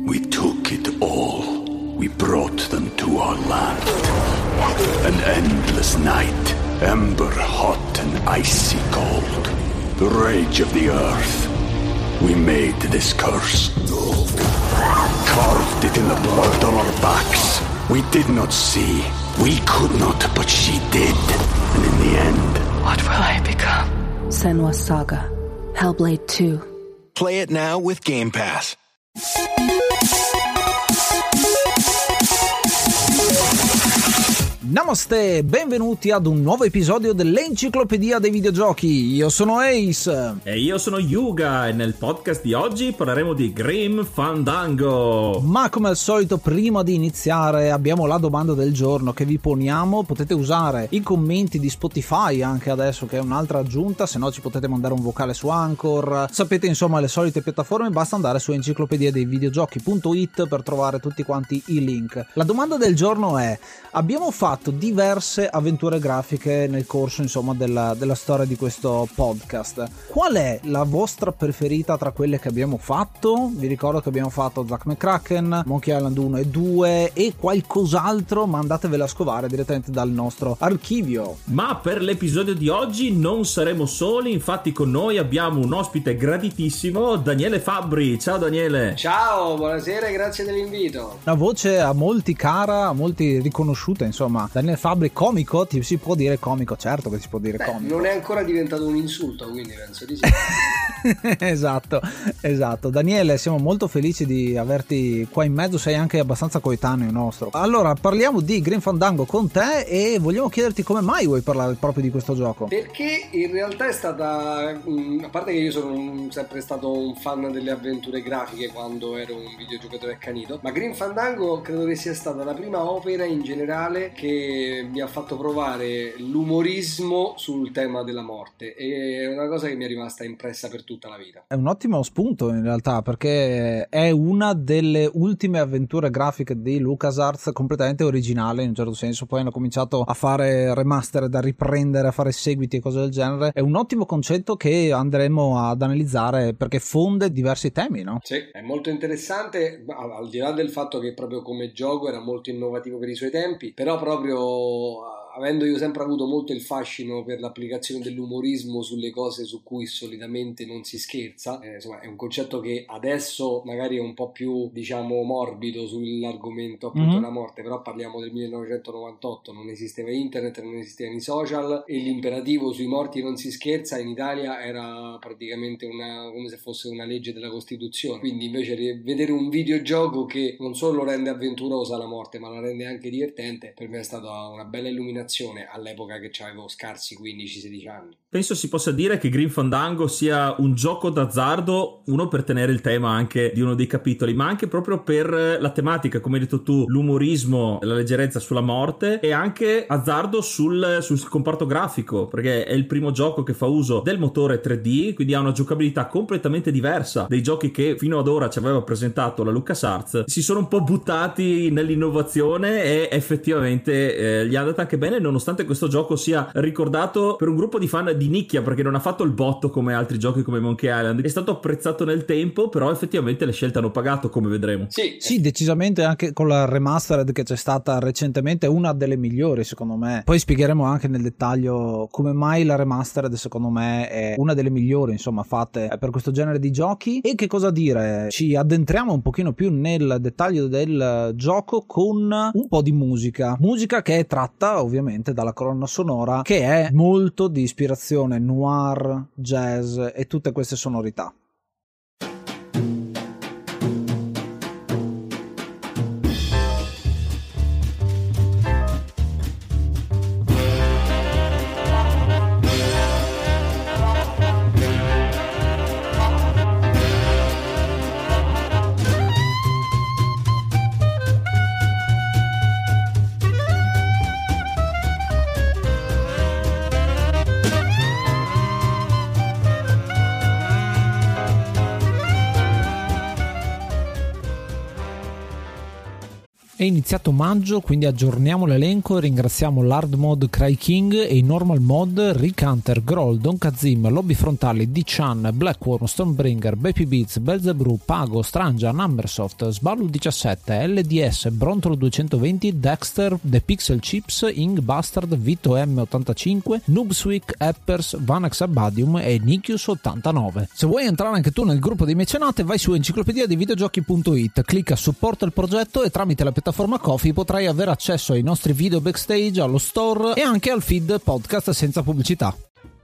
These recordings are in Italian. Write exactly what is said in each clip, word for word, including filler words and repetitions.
We took it all. We brought them to our land. An endless night, ember hot and icy cold. The rage of the earth. We made this curse. Carved it in the blood on our backs. We did not see. We could not, but she did. And in the end... What will I become? Senua's Saga. Hellblade two. Play it now with Game Pass. Namaste, benvenuti ad un nuovo episodio dell'Enciclopedia dei Videogiochi. Io sono Ace. E io sono Yuga e nel podcast di oggi parleremo di Grim Fandango. Ma come al solito, prima di iniziare abbiamo la domanda del giorno che vi poniamo. Potete usare i commenti di Spotify anche adesso, che è un'altra aggiunta, se no ci potete mandare un vocale su Anchor. Sapete insomma le solite piattaforme, basta andare su enciclopedia dei videogiochi punto it per trovare tutti quanti i link. La domanda del giorno è: abbiamo fatto diverse avventure grafiche nel corso insomma della, della storia di questo podcast. Qual è la vostra preferita tra quelle che abbiamo fatto? Vi ricordo che abbiamo fatto Zack McCracken, Monkey Island uno e due e qualcos'altro, ma andatevela a scovare direttamente dal nostro archivio. Ma per l'episodio di oggi non saremo soli, infatti con noi abbiamo un ospite graditissimo, Daniele Fabbri. Ciao Daniele. Ciao, buonasera e grazie dell'invito. Una voce a molti cara, a molti riconosciuta, insomma. Daniele Fabbri, comico, ti si può dire comico? Certo che si può dire. Beh, comico. Non è ancora diventato un insulto, quindi penso di sì. esatto, esatto. Daniele, siamo molto felici di averti qua in mezzo, sei anche abbastanza coetaneo nostro. Allora, parliamo di Grim Fandango con te e vogliamo chiederti come mai vuoi parlare proprio di questo gioco. Perché in realtà è stata, a parte che io sono sempre stato un fan delle avventure grafiche quando ero un videogiocatore accanito, ma Grim Fandango credo che sia stata la prima opera in generale che mi ha fatto provare l'umorismo sul tema della morte, e è una cosa che mi è rimasta impressa per tutta la vita. È un ottimo spunto in realtà, perché è una delle ultime avventure grafiche di LucasArts completamente originale in un certo senso. Poi hanno cominciato a fare remaster, da riprendere, a fare seguiti e cose del genere. È un ottimo concetto che andremo ad analizzare perché fonde diversi temi, no? Sì, è molto interessante, al di là del fatto che proprio come gioco era molto innovativo per i suoi tempi, però proprio avendo io sempre avuto molto il fascino per l'applicazione dell'umorismo sulle cose su cui solitamente non si scherza, eh, insomma è un concetto che adesso magari è un po' più, diciamo, morbido sull'argomento appunto mm-hmm. della morte, però parliamo del millenovecentonovantotto, non esisteva internet, non esistevano i social e l'imperativo sui morti non si scherza in Italia era praticamente una, come se fosse una legge della Costituzione. Quindi invece vedere un videogioco che non solo rende avventurosa la morte ma la rende anche divertente, per me è stata una bella illuminazione all'epoca che avevo scarsi quindici sedici anni. Penso si possa dire che Grim Fandango sia un gioco d'azzardo, uno per tenere il tema anche di uno dei capitoli, ma anche proprio per la tematica, come hai detto tu, l'umorismo, la leggerezza sulla morte, e anche azzardo sul, sul comparto grafico, perché è il primo gioco che fa uso del motore tre D, quindi ha una giocabilità completamente diversa dei giochi che fino ad ora ci aveva presentato la LucasArts. Si sono un po' buttati nell'innovazione e effettivamente eh, gli è andata anche bene, nonostante questo gioco sia ricordato per un gruppo di fan di nicchia, perché non ha fatto il botto come altri giochi come Monkey Island. È stato apprezzato nel tempo, però effettivamente le scelte hanno pagato, come vedremo. Sì, sì, decisamente, anche con la remastered che c'è stata recentemente, una delle migliori secondo me. Poi spiegheremo anche nel dettaglio come mai la remastered secondo me è una delle migliori insomma fatte per questo genere di giochi. E che cosa dire, ci addentriamo un pochino più nel dettaglio del gioco con un po' di musica musica che è tratta ovviamente dalla colonna sonora, che è molto di ispirazione noir, jazz e tutte queste sonorità. È iniziato maggio, quindi aggiorniamo l'elenco e ringraziamo l'Hard Mod Cry King e i Normal Mod Rick Hunter, Groll, Don Kazim, Lobby Frontali, D-Chan, Blackworm, Stormbringer, Baby Beats, Belzebrew, Pago, Strangia, Numbersoft, Sballu diciassette, L D S, Brontolo duecentoventi, Dexter, The Pixel Chips, Ing Bastard, Vito M ottantacinque, Noobswick, Eppers, Vanax Abadium e Nikius ottantanove. Se vuoi entrare anche tu nel gruppo dei mecenate, vai su enciclopedia dei videogiochi punto it, clicca supporta il progetto e tramite la piattaforma Ko-fi potrai avere accesso ai nostri video backstage, allo store e anche al feed podcast senza pubblicità.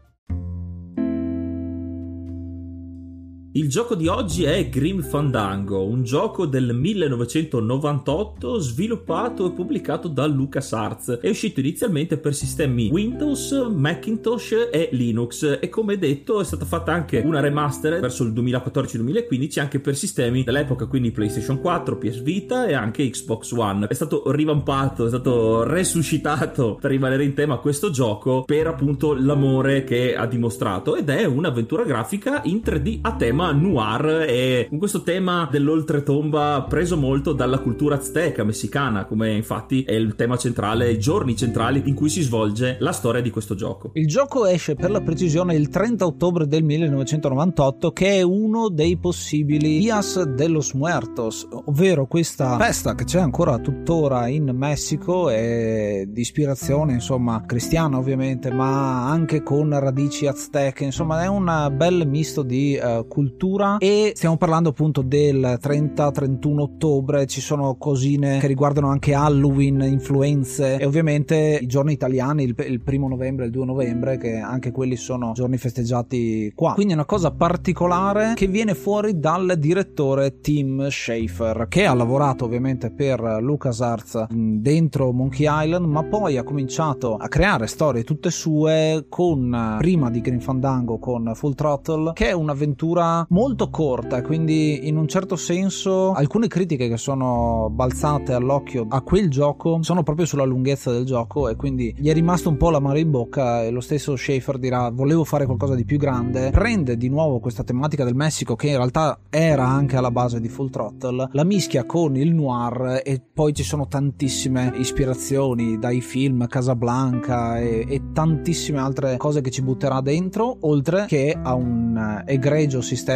Il gioco di oggi è Grim Fandango, un gioco del millenovecentonovantotto sviluppato e pubblicato da LucasArts. È uscito inizialmente per sistemi Windows, Macintosh e Linux e, come detto, è stata fatta anche una remaster verso il duemilaquattordici duemilaquindici anche per sistemi dell'epoca, quindi PlayStation quattro, P S Vita e anche Xbox One. È stato rivampato, è stato resuscitato per rimanere in tema questo gioco per appunto l'amore che ha dimostrato, ed è un'avventura grafica in tre D a tema noir e con questo tema dell'oltretomba preso molto dalla cultura azteca messicana, come infatti è il tema centrale, i giorni centrali in cui si svolge la storia di questo gioco. Il gioco esce per la precisione il trenta ottobre del millenovecentonovantotto, che è uno dei possibili Dias de los Muertos, ovvero questa festa che c'è ancora tuttora in Messico e di ispirazione insomma cristiana ovviamente, ma anche con radici azteche. Insomma è un bel misto di uh, cultura, e stiamo parlando appunto del trenta trentuno ottobre. Ci sono cosine che riguardano anche Halloween, influenze e ovviamente i giorni italiani, il, il primo novembre e il due novembre, che anche quelli sono giorni festeggiati qua. Quindi è una cosa particolare che viene fuori dal direttore Tim Schafer, che ha lavorato ovviamente per LucasArts dentro Monkey Island, ma poi ha cominciato a creare storie tutte sue con, prima di Grim Fandango, con Full Throttle, che è un'avventura molto corta, quindi in un certo senso alcune critiche che sono balzate all'occhio a quel gioco sono proprio sulla lunghezza del gioco, e quindi gli è rimasto un po' l'amaro in bocca, e lo stesso Schafer dirà volevo fare qualcosa di più grande. Prende di nuovo questa tematica del Messico, che in realtà era anche alla base di Full Throttle, la mischia con il noir, e poi ci sono tantissime ispirazioni dai film Casablanca e, e tantissime altre cose che ci butterà dentro, oltre che a un egregio sistema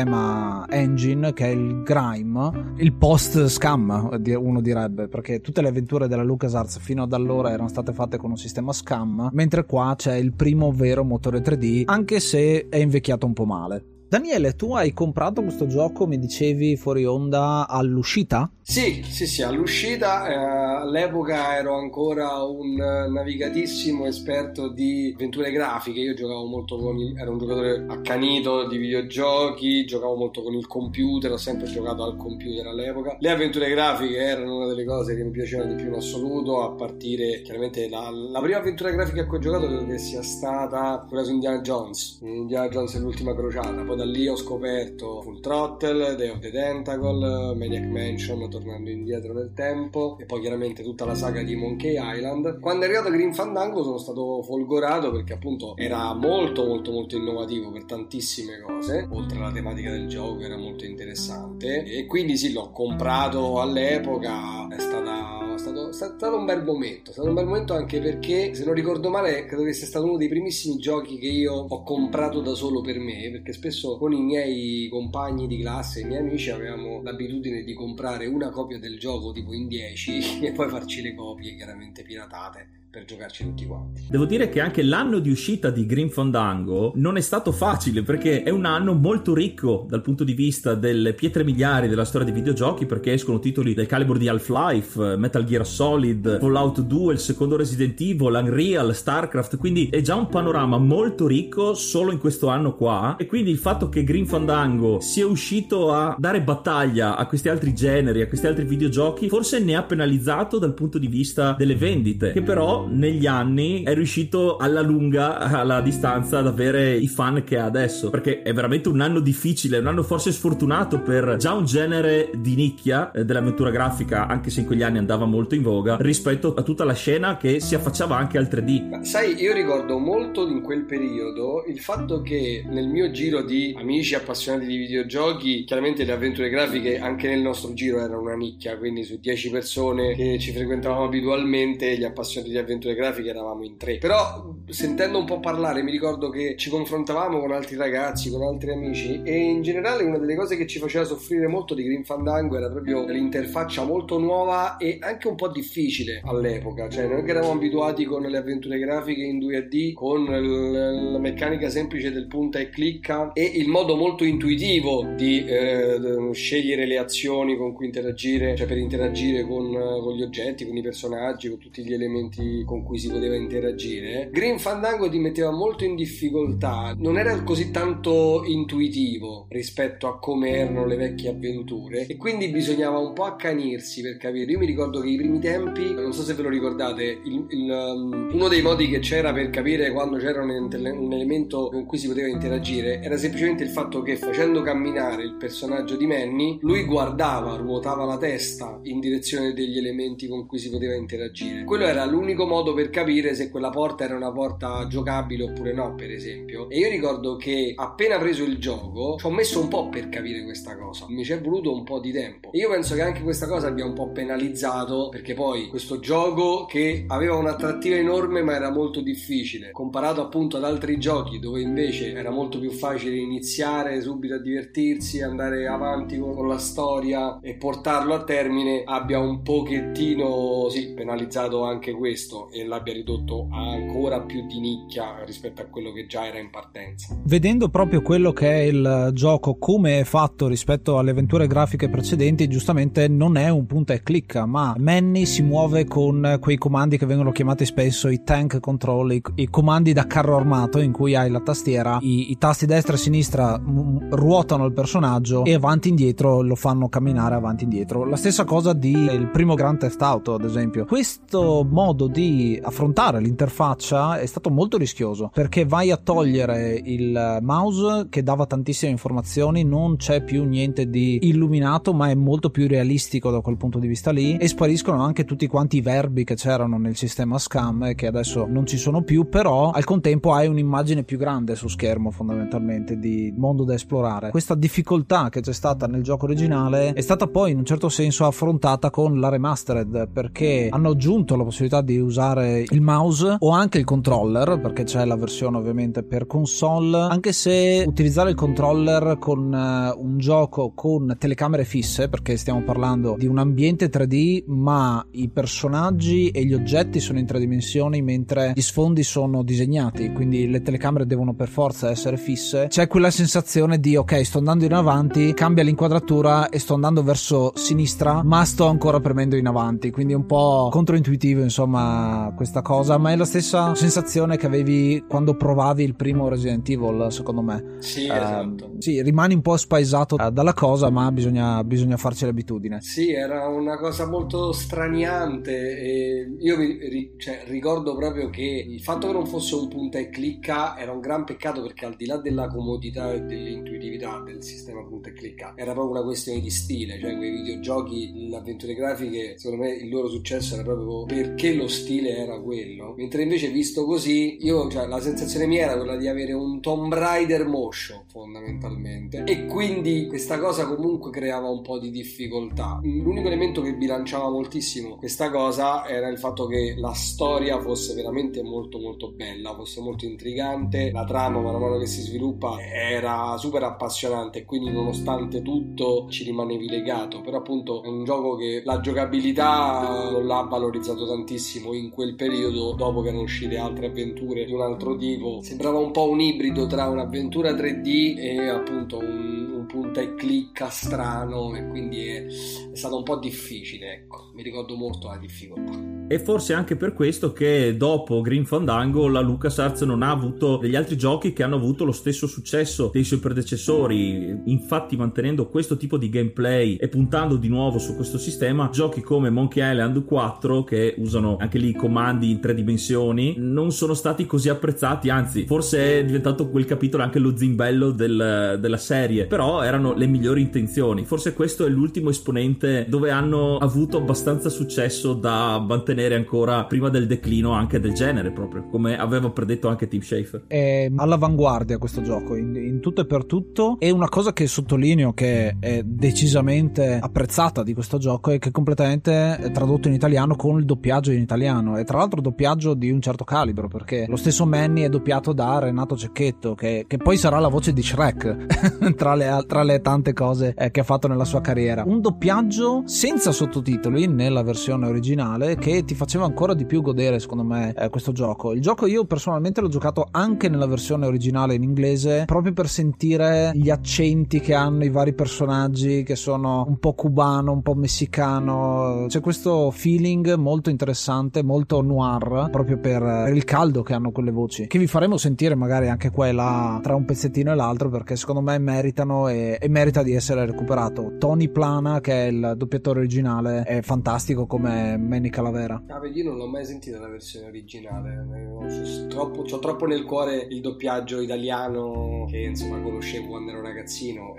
engine che è il Grime, il post scam uno direbbe, perché tutte le avventure della LucasArts fino ad allora erano state fatte con un sistema scam, mentre qua c'è il primo vero motore tre D, anche se è invecchiato un po' male. Daniele, tu hai comprato questo gioco, mi dicevi fuori onda, all'uscita? Sì, sì, sì, all'uscita. Eh, all'epoca ero ancora un navigatissimo esperto di avventure grafiche. Io giocavo molto con il, ero un giocatore accanito di videogiochi, giocavo molto con il computer, ho sempre giocato al computer all'epoca. Le avventure grafiche erano una delle cose che mi piacevano di più in assoluto, a partire chiaramente la, la prima avventura grafica a cui ho giocato credo che sia stata quella su Indiana Jones, Indiana Jones e l'ultima crociata. Poi da lì ho scoperto Full Throttle, Day of the Tentacle, Maniac Mansion, tornando indietro nel tempo, e poi chiaramente tutta la saga di Monkey Island. Quando è arrivato Grim Fandango sono stato folgorato, perché appunto era molto molto molto innovativo per tantissime cose, oltre alla tematica del gioco era molto interessante, e quindi sì, l'ho comprato all'epoca. È stata È stato, è stato un bel momento, è stato un bel momento anche perché, se non ricordo male, credo che sia stato uno dei primissimi giochi che io ho comprato da solo per me, perché spesso con i miei compagni di classe, i miei amici, avevamo l'abitudine di comprare una copia del gioco tipo in dieci e poi farci le copie chiaramente piratate per giocarci tutti quanti. Devo dire che anche l'anno di uscita di Grim Fandango non è stato facile, perché è un anno molto ricco dal punto di vista delle pietre miliari della storia dei videogiochi, perché escono titoli del calibro di Half-Life, Metal Gear Solid, Fallout due, il secondo Resident Evil, Unreal, StarCraft, quindi è già un panorama molto ricco solo in questo anno qua, e quindi il fatto che Grim Fandango sia uscito a dare battaglia a questi altri generi, a questi altri videogiochi, forse ne ha penalizzato dal punto di vista delle vendite, che però però negli anni è riuscito alla lunga, alla distanza, ad avere i fan che ha adesso, perché è veramente un anno difficile, un anno forse sfortunato per già un genere di nicchia eh, dell'avventura grafica, anche se in quegli anni andava molto in voga, rispetto a tutta la scena che si affacciava anche al tre D. Ma sai, io ricordo molto in quel periodo il fatto che nel mio giro di amici appassionati di videogiochi, chiaramente le avventure grafiche anche nel nostro giro erano una nicchia, quindi su dieci persone che ci frequentavamo abitualmente, gli appassionati di avventure grafiche eravamo in tre. Però sentendo un po' parlare mi ricordo che ci confrontavamo con altri ragazzi, con altri amici, e in generale una delle cose che ci faceva soffrire molto di Grim Fandango era proprio l'interfaccia molto nuova e anche un po' difficile all'epoca. Cioè noi che eravamo abituati con le avventure grafiche in due D, con l- la meccanica semplice del punta e clicca e il modo molto intuitivo di eh, scegliere le azioni con cui interagire, cioè per interagire con, con gli oggetti, con i personaggi, con tutti gli elementi con cui si poteva interagire, Grim Fandango ti metteva molto in difficoltà, non era così tanto intuitivo rispetto a come erano le vecchie avventure, e quindi bisognava un po' accanirsi per capire. Io mi ricordo che i primi tempi, non so se ve lo ricordate, il, il, um, uno dei modi che c'era per capire quando c'era un, un elemento con cui si poteva interagire era semplicemente il fatto che facendo camminare il personaggio di Manny, lui guardava, ruotava la testa in direzione degli elementi con cui si poteva interagire. Quello era l'unico modo per capire se quella porta era una porta giocabile oppure no, per esempio. E io ricordo che appena preso il gioco ci ho messo un po' per capire questa cosa, mi ci è voluto un po' di tempo, e io penso che anche questa cosa abbia un po' penalizzato, perché poi questo gioco che aveva un'attrattiva enorme ma era molto difficile, comparato appunto ad altri giochi dove invece era molto più facile iniziare subito a divertirsi, andare avanti con, con la storia e portarlo a termine, abbia un pochettino sì penalizzato anche questo e l'abbia ridotto ancora più di nicchia rispetto a quello che già era in partenza. Vedendo proprio quello che è il gioco, come è fatto rispetto alle avventure grafiche precedenti, giustamente non è un punta e clicca, ma Manny si muove con quei comandi che vengono chiamati spesso i tank control, i, i comandi da carro armato, in cui hai la tastiera, i, i tasti destra e sinistra m- ruotano il personaggio e avanti e indietro lo fanno camminare avanti e indietro. La stessa cosa di il primo Grand Theft Auto, ad esempio. Questo modo di affrontare l'interfaccia è stato molto rischioso, perché vai a togliere il mouse che dava tantissime informazioni, non c'è più niente di illuminato ma è molto più realistico da quel punto di vista lì, e spariscono anche tutti quanti i verbi che c'erano nel sistema SCAM che adesso non ci sono più, però al contempo hai un'immagine più grande su schermo fondamentalmente di mondo da esplorare. Questa difficoltà che c'è stata nel gioco originale è stata poi in un certo senso affrontata con la remastered, perché hanno aggiunto la possibilità di usare il mouse o anche il controller, perché c'è la versione ovviamente per console, anche se utilizzare il controller con uh, un gioco con telecamere fisse, perché stiamo parlando di un ambiente tre D ma i personaggi e gli oggetti sono in tre dimensioni mentre gli sfondi sono disegnati, quindi le telecamere devono per forza essere fisse, c'è quella sensazione di ok, sto andando in avanti, cambia l'inquadratura e sto andando verso sinistra ma sto ancora premendo in avanti, quindi è un po' controintuitivo insomma questa cosa, ma è la stessa sensazione che avevi quando provavi il primo Resident Evil, secondo me. Sì, uh, esatto. Sì, rimani un po' spaesato uh, dalla cosa, ma bisogna, bisogna farci l'abitudine. Sì, era una cosa molto straniante e io mi ri, cioè, ricordo proprio che il fatto che non fosse un punta e clicca era un gran peccato, perché al di là della comodità e dell'intuitività del sistema punta e clicca era proprio una questione di stile, cioè quei videogiochi, le avventure grafiche, secondo me il loro successo era proprio perché lo stile era quello, mentre invece visto così io, cioè, la sensazione mia era quella di avere un Tomb Raider motion fondamentalmente, e quindi questa cosa comunque creava un po' di difficoltà. L'unico elemento che bilanciava moltissimo questa cosa era il fatto che la storia fosse veramente molto molto bella, fosse molto intrigante, la trama man mano che si sviluppa era super appassionante e quindi nonostante tutto ci rimanevi legato, però appunto è un gioco che la giocabilità non l'ha valorizzato tantissimo in quel periodo, dopo che erano uscite altre avventure di un altro tipo. Sembrava un po' un ibrido tra un'avventura tre D e appunto un, un punta e clicca strano, e quindi è, è stato un po' difficile, ecco, mi ricordo molto la difficoltà. E forse anche per questo che dopo Grim Fandango la LucasArts non ha avuto degli altri giochi che hanno avuto lo stesso successo dei suoi predecessori. Infatti, mantenendo questo tipo di gameplay e puntando di nuovo su questo sistema, giochi come Monkey Island quattro, che usano anche lì comandi in tre dimensioni, non sono stati così apprezzati, anzi forse è diventato quel capitolo anche lo zimbello del, della serie, però erano le migliori intenzioni. Forse questo è l'ultimo esponente dove hanno avuto abbastanza successo da mantenere ancora prima del declino anche del genere, proprio come aveva predetto anche Tim Schafer. È all'avanguardia questo gioco in, in tutto e per tutto, e una cosa che sottolineo che è decisamente apprezzata di questo gioco è che è completamente tradotto in italiano con il doppiaggio in italiano, e tra l'altro doppiaggio di un certo calibro, perché lo stesso Manny è doppiato da Renato Cecchetto, che, che poi sarà la voce di Shrek tra, le, tra le tante cose eh, che ha fatto nella sua carriera. Un doppiaggio senza sottotitoli nella versione originale che ti faceva ancora di più godere, secondo me, eh, questo gioco. Il gioco io personalmente l'ho giocato anche nella versione originale in inglese, proprio per sentire gli accenti che hanno i vari personaggi, che sono un po' cubano, un po' messicano. C'è questo feeling molto interessante, molto noir, proprio per il caldo che hanno quelle voci, che vi faremo sentire magari anche qua e là tra un pezzettino e l'altro, perché secondo me meritano e, e merita di essere recuperato. Tony Plana, che è il doppiatore originale, è fantastico come Manny Calavera. Ah, vedi, io non l'ho mai sentita la versione originale, c'ho troppo, c'ho troppo nel cuore il doppiaggio italiano che insomma conoscevo quando ero ragazzino,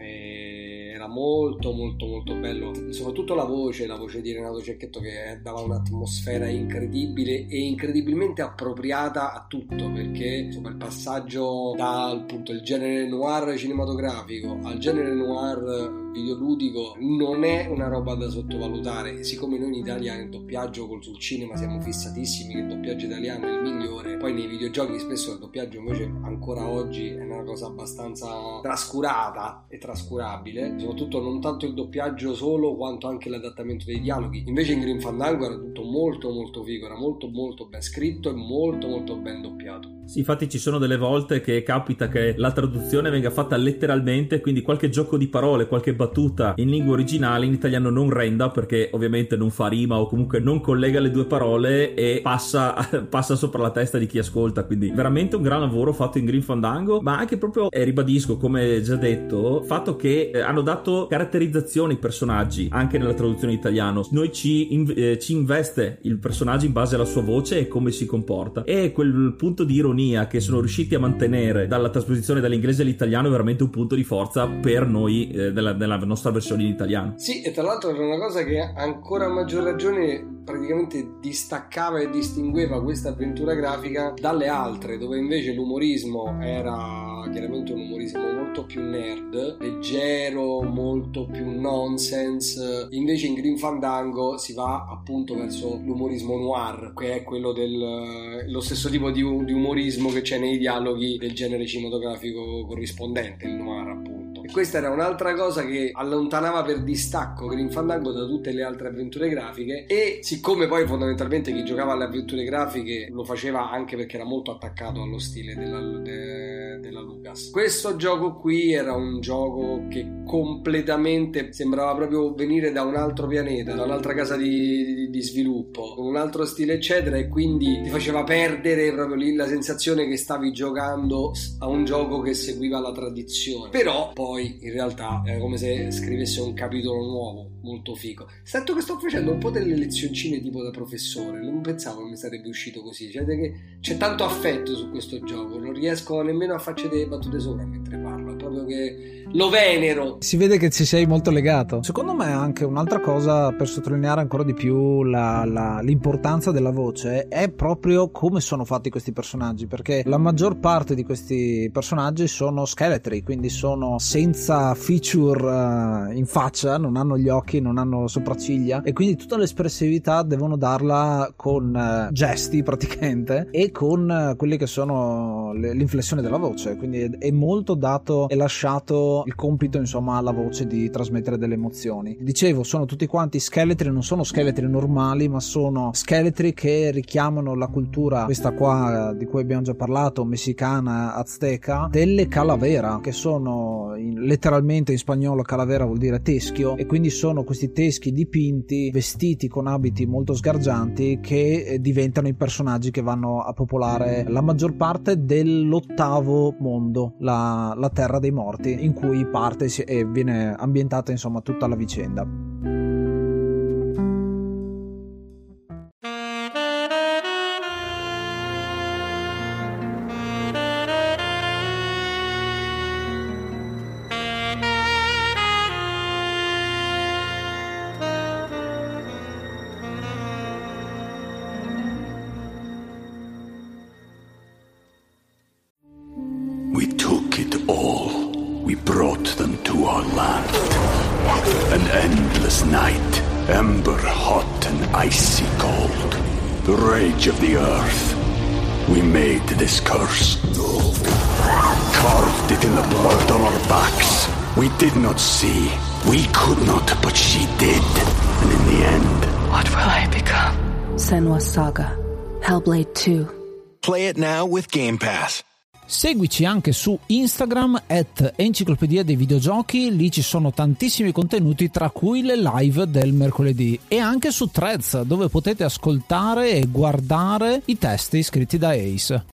e era molto molto molto bello, soprattutto la voce, la voce di Renato Cecchetto, che dava un'atmosfera incredibile e incredibilmente appropriata a tutto, perché insomma il passaggio dal appunto il genere noir cinematografico al genere noir videoludico non è una roba da sottovalutare, e siccome noi in Italia nel doppiaggio col sul cinema siamo fissatissimi che il doppiaggio italiano è il migliore, poi nei videogiochi spesso il doppiaggio invece ancora oggi è una cosa abbastanza trascurata e trascurabile, soprattutto non tanto il doppiaggio solo quanto anche l'adattamento dei dialoghi. Invece in Grim Fandango era tutto molto molto figo, era molto molto ben scritto e molto molto ben doppiato. Sì, infatti ci sono delle volte che capita che la traduzione venga fatta letteralmente, quindi qualche gioco di parole, qualche battuta in lingua originale in italiano non renda, perché ovviamente non fa rima o comunque non collega le due parole e passa, passa sopra la testa di chi ascolta. Quindi veramente un gran lavoro fatto in Grim Fandango, ma anche proprio, eh, ribadisco come già detto, il fatto che eh, hanno dato caratterizzazione ai personaggi anche nella traduzione in italiano. Noi ci, in, eh, ci investe il personaggio in base alla sua voce e come si comporta, e quel punto di ironia che sono riusciti a mantenere dalla trasposizione dall'inglese all'italiano è veramente un punto di forza per noi eh, della, della nostra versione in italiano. Sì, e tra l'altro era una cosa che ancora a maggior ragione praticamente distaccava e distingueva questa avventura grafica dalle altre, dove invece l'umorismo era chiaramente un umorismo molto più nerd, leggero, molto più nonsense. Invece in Grim Fandango si va appunto verso l'umorismo noir, che è quello del lo stesso tipo di, di umorismo che c'è nei dialoghi del genere cinematografico corrispondente, il noir appunto. E questa era un'altra cosa che allontanava per distacco Grim Fandango da tutte le altre avventure grafiche, e siccome poi fondamentalmente chi giocava alle avventure grafiche lo faceva anche perché era molto attaccato allo stile della, de, della Lucas, questo gioco qui era un gioco che completamente sembrava proprio venire da un altro pianeta, da un'altra casa di, di, di sviluppo, con un altro stile eccetera, e quindi ti faceva perdere proprio lì la sensazione che stavi giocando a un gioco che seguiva la tradizione. Però poi in realtà era come se scrivesse un capitolo nuovo molto figo. Sento che sto facendo un po' delle lezioncine tipo da professore, non pensavo che mi sarebbe uscito così, cioè che c'è tanto affetto su questo gioco, non riesco nemmeno a farci delle battute sopra mentre parlo, proprio che lo venero. Si vede che ci sei molto legato. Secondo me anche un'altra cosa per sottolineare ancora di più la, la, l'importanza della voce è proprio come sono fatti questi personaggi, perché la maggior parte di questi personaggi sono scheletri, quindi sono senza feature uh, in faccia, non hanno gli occhi, non hanno sopracciglia, e quindi tutta l'espressività devono darla con uh, gesti praticamente e con uh, quelli che sono le, l'inflessione della voce, quindi è, è molto dato e lasciato il compito insomma alla voce di trasmettere delle emozioni. Dicevo, sono tutti quanti scheletri, non sono scheletri normali, ma sono scheletri che richiamano la cultura, questa qua di cui abbiamo già parlato, messicana, azteca, delle calavera, che sono in, letteralmente in spagnolo calavera vuol dire teschio, e quindi sono questi teschi dipinti, vestiti con abiti molto sgargianti, che diventano i personaggi che vanno a popolare la maggior parte dell'ottavo mondo, la, la terra dei morti, in cui parte e viene ambientata insomma tutta la vicenda. We took it all. We brought them to our land. An endless night, ember hot and icy cold. The rage of the earth. We made this curse. Carved it in the blood on our backs. We did not see. We could not, but she did. And in the end... What will I become? Senua's Saga. Hellblade two. Play it now with Game Pass. Seguici anche su Instagram at Enciclopedia dei Videogiochi, lì ci sono tantissimi contenuti, tra cui le live del mercoledì, e anche su Threads, dove potete ascoltare e guardare i testi scritti da Ace.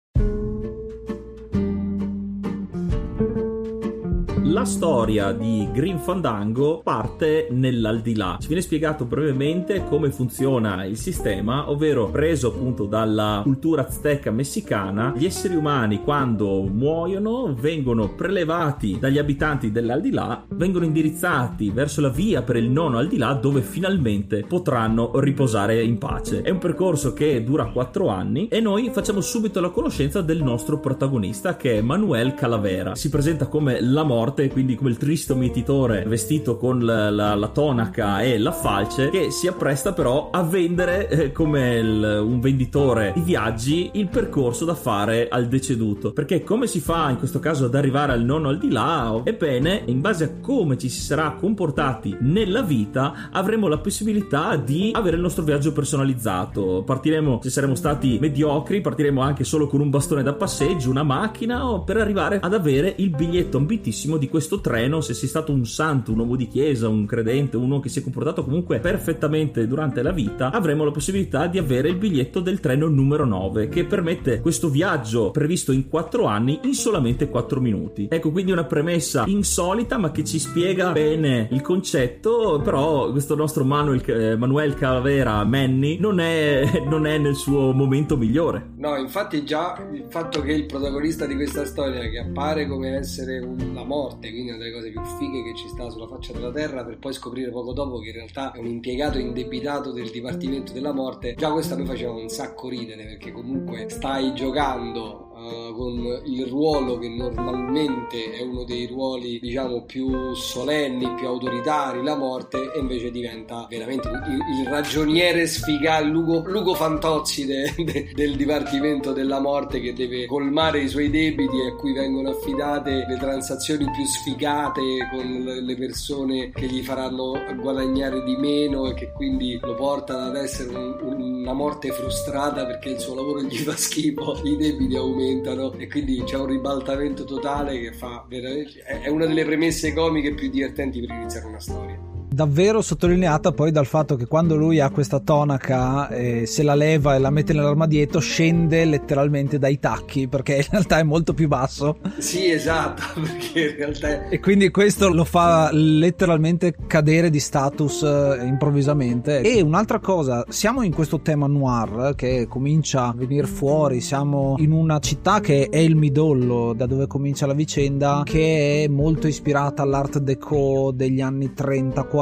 La storia di Grim Fandango parte nell'aldilà. Ci viene spiegato brevemente come funziona il sistema, ovvero preso appunto dalla cultura azteca messicana, gli esseri umani quando muoiono vengono prelevati dagli abitanti dell'aldilà, vengono indirizzati verso la via per il nono aldilà, dove finalmente potranno riposare in pace. È un percorso che dura quattro anni e noi facciamo subito la conoscenza del nostro protagonista, che è Manuel Calavera. Si presenta come la morte, quindi come il tristo mietitore vestito con la, la, la tonaca e la falce, che si appresta però a vendere eh, come il, un venditore di viaggi il percorso da fare al deceduto. Perché come si fa in questo caso ad arrivare al nono aldilà? Ebbene, in base a come ci si sarà comportati nella vita avremo la possibilità di avere il nostro viaggio personalizzato. Partiremo, se saremo stati mediocri, partiremo anche solo con un bastone da passeggio, una macchina, o per arrivare ad avere il biglietto ambitissimo di questo treno. Se sei stato un santo, un uomo di chiesa, un credente, uno che si è comportato comunque perfettamente durante la vita, avremo la possibilità di avere il biglietto del treno numero nove, che permette questo viaggio previsto in quattro anni in solamente quattro minuti. Ecco, quindi una premessa insolita ma che ci spiega bene il concetto. Però questo nostro Manuel, eh, Manuel Calavera Manny non è, non è nel suo momento migliore. No, infatti già il fatto che il protagonista di questa storia, che appare come essere un, la morte, quindi una delle cose più fighe che ci sta sulla faccia della terra, per poi scoprire poco dopo che in realtà è un impiegato indebitato del Dipartimento della Morte, già questo a me faceva un sacco ridere, perché comunque stai giocando Uh, con il ruolo che normalmente è uno dei ruoli diciamo più solenni, più autoritari, la morte, e invece diventa veramente il, il ragioniere sfigato, Lugo, Lugo Fantozzi de, de, del Dipartimento della Morte, che deve colmare i suoi debiti e a cui vengono affidate le transazioni più sfigate con le persone che gli faranno guadagnare di meno, e che quindi lo portano ad essere un, un, una morte frustrata perché il suo lavoro gli fa schifo, i debiti aumentano, e quindi c'è un ribaltamento totale che fa veramente, è una delle premesse comiche più divertenti per iniziare una storia. Davvero sottolineata poi dal fatto che quando lui ha questa tonaca e se la leva e la mette nell'armadietto, scende letteralmente dai tacchi, perché in realtà è molto più basso. Sì, esatto, perché in realtà è... e quindi questo lo fa letteralmente cadere di status eh, improvvisamente. E un'altra cosa, siamo in questo tema noir che comincia a venire fuori, siamo in una città che è il midollo, da dove comincia la vicenda, che è molto ispirata all'art déco degli anni trenta quaranta,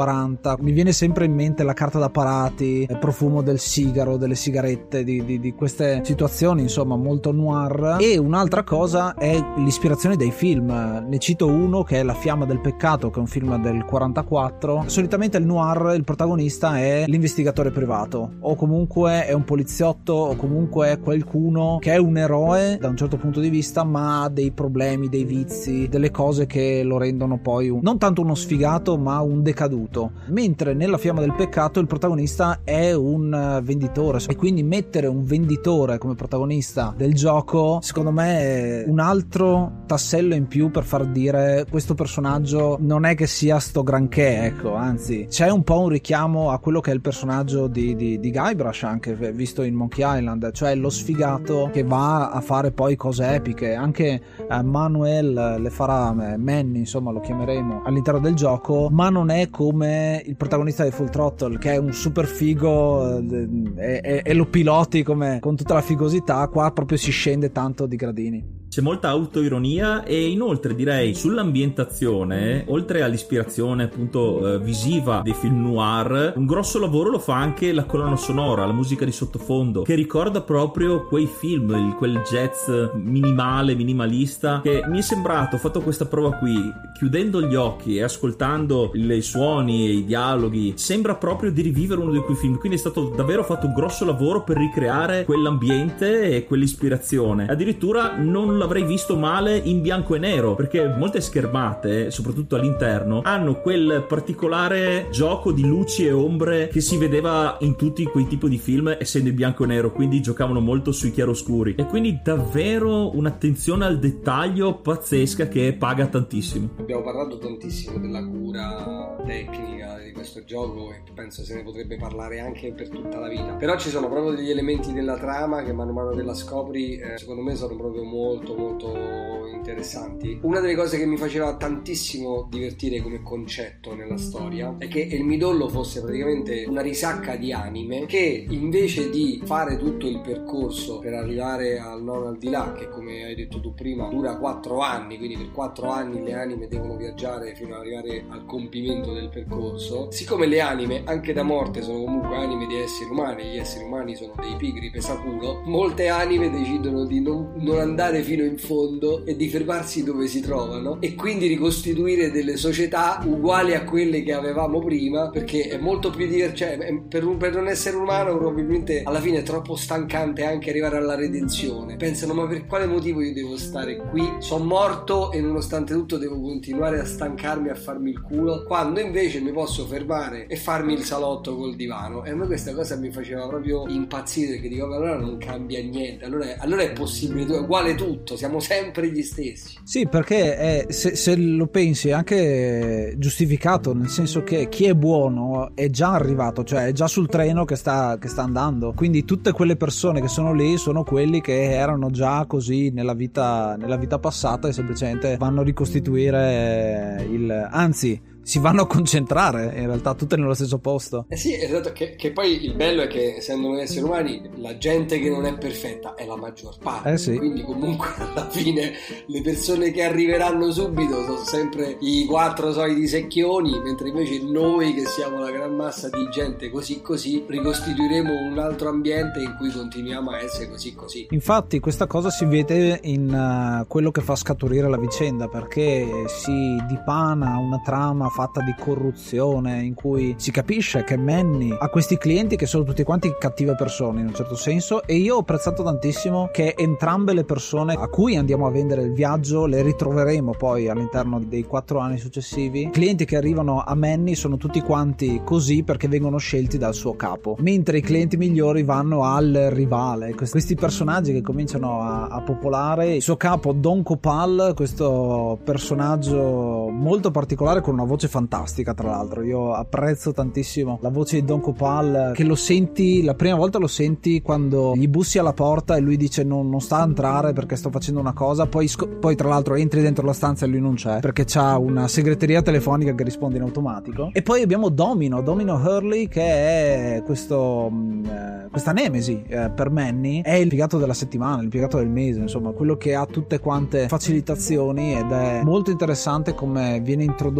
quaranta. Mi viene sempre in mente la carta da parati, il profumo del sigaro, delle sigarette, di, di, di queste situazioni insomma molto noir. E un'altra cosa è l'ispirazione dei film. Ne cito uno che è La fiamma del peccato, che è un film del quarantaquattro. Solitamente il noir, il protagonista è l'investigatore privato, o comunque è un poliziotto, o comunque è qualcuno che è un eroe da un certo punto di vista, ma ha dei problemi, dei vizi, delle cose che lo rendono poi un, non tanto uno sfigato ma un decaduto. Mentre nella fiamma del peccato il protagonista è un venditore, e quindi mettere un venditore come protagonista del gioco secondo me è un altro tassello in più per far dire questo personaggio non è che sia sto granché, ecco, anzi c'è un po' un richiamo a quello che è il personaggio di, di, di Guybrush, anche visto in Monkey Island, cioè lo sfigato che va a fare poi cose epiche. Anche eh, Manuel le farà, eh, Manny insomma lo chiameremo all'interno del gioco, ma non è come il protagonista di Full Throttle che è un super figo eh, e, e, e lo piloti come, con tutta la figosità. Qua proprio si scende tanto di gradini. C'è molta autoironia e inoltre direi sull'ambientazione, oltre all'ispirazione appunto eh, visiva dei film noir, un grosso lavoro lo fa anche la colonna sonora, la musica di sottofondo, che ricorda proprio quei film, il, quel jazz minimale, minimalista, che mi è sembrato, ho fatto questa prova qui, chiudendo gli occhi e ascoltando i suoni e i dialoghi, sembra proprio di rivivere uno di quei film, quindi è stato davvero fatto un grosso lavoro per ricreare quell'ambiente e quell'ispirazione. Addirittura non l'avrei visto male in bianco e nero, perché molte schermate, soprattutto all'interno, hanno quel particolare gioco di luci e ombre che si vedeva in tutti quei tipi di film essendo in bianco e nero, quindi giocavano molto sui chiaroscuri, e quindi davvero un'attenzione al dettaglio pazzesca che paga tantissimo. Abbiamo parlato tantissimo della cura tecnica di questo gioco e penso se ne potrebbe parlare anche per tutta la vita, però ci sono proprio degli elementi della trama che man mano che la scopri eh, secondo me sono proprio molto molto interessanti. Una delle cose che mi faceva tantissimo divertire come concetto nella storia è che il midollo fosse praticamente una risacca di anime che invece di fare tutto il percorso per arrivare al non al di là, che come hai detto tu prima dura quattro anni, quindi per quattro anni le anime devono viaggiare fino ad arrivare al compimento del percorso, siccome le anime anche da morte sono comunque anime di esseri umani, gli esseri umani sono dei pigri pesaculo, molte anime decidono di non, non andare fino in fondo e di fermarsi dove si trovano e quindi ricostituire delle società uguali a quelle che avevamo prima, perché è molto più divertente, cioè, per, un, per un essere umano probabilmente alla fine è troppo stancante anche arrivare alla redenzione. Pensano, ma per quale motivo io devo stare qui? Sono morto e nonostante tutto devo continuare a stancarmi, a farmi il culo, quando invece mi posso fermare e farmi il salotto col divano. E a me questa cosa mi faceva proprio impazzire, perché dico, allora non cambia niente, allora è, allora è possibile, è uguale tutto, siamo sempre gli stessi. Sì, perché è, se, se lo pensi è anche giustificato, nel senso che chi è buono è già arrivato, cioè è già sul treno che sta, che sta andando, quindi tutte quelle persone che sono lì sono quelli che erano già così nella vita, nella vita passata e semplicemente vanno a ricostituire il, anzi si vanno a concentrare in realtà tutte nello stesso posto. Eh sì, esatto, che, che poi il bello è che essendo noi esseri umani la gente che non è perfetta è la maggior parte, eh sì. Quindi comunque alla fine le persone che arriveranno subito sono sempre i quattro soliti secchioni, mentre invece noi che siamo la gran massa di gente così così ricostituiremo un altro ambiente in cui continuiamo a essere così così. Infatti questa cosa si vede in uh, quello che fa scaturire la vicenda, perché si dipana una trama fatta di corruzione in cui si capisce che Manny ha questi clienti che sono tutti quanti cattive persone in un certo senso, e io ho apprezzato tantissimo che entrambe le persone a cui andiamo a vendere il viaggio le ritroveremo poi all'interno dei quattro anni successivi. I clienti che arrivano a Manny sono tutti quanti così perché vengono scelti dal suo capo, mentre i clienti migliori vanno al rivale. Questi personaggi che cominciano a, a popolare, il suo capo Don Copal, questo personaggio molto particolare con una voce fantastica, tra l'altro io apprezzo tantissimo la voce di Don Copal, che lo senti la prima volta lo senti quando gli bussi alla porta e lui dice non, non sta a entrare perché sto facendo una cosa, poi, sc- poi tra l'altro entri dentro la stanza e lui non c'è perché c'ha una segreteria telefonica che risponde in automatico. E poi abbiamo Domino Domino Hurley, che è questo eh, questa nemesi eh, per Manny, è il piegato della settimana, il piegato del mese, insomma quello che ha tutte quante facilitazioni, ed è molto interessante come viene introdotto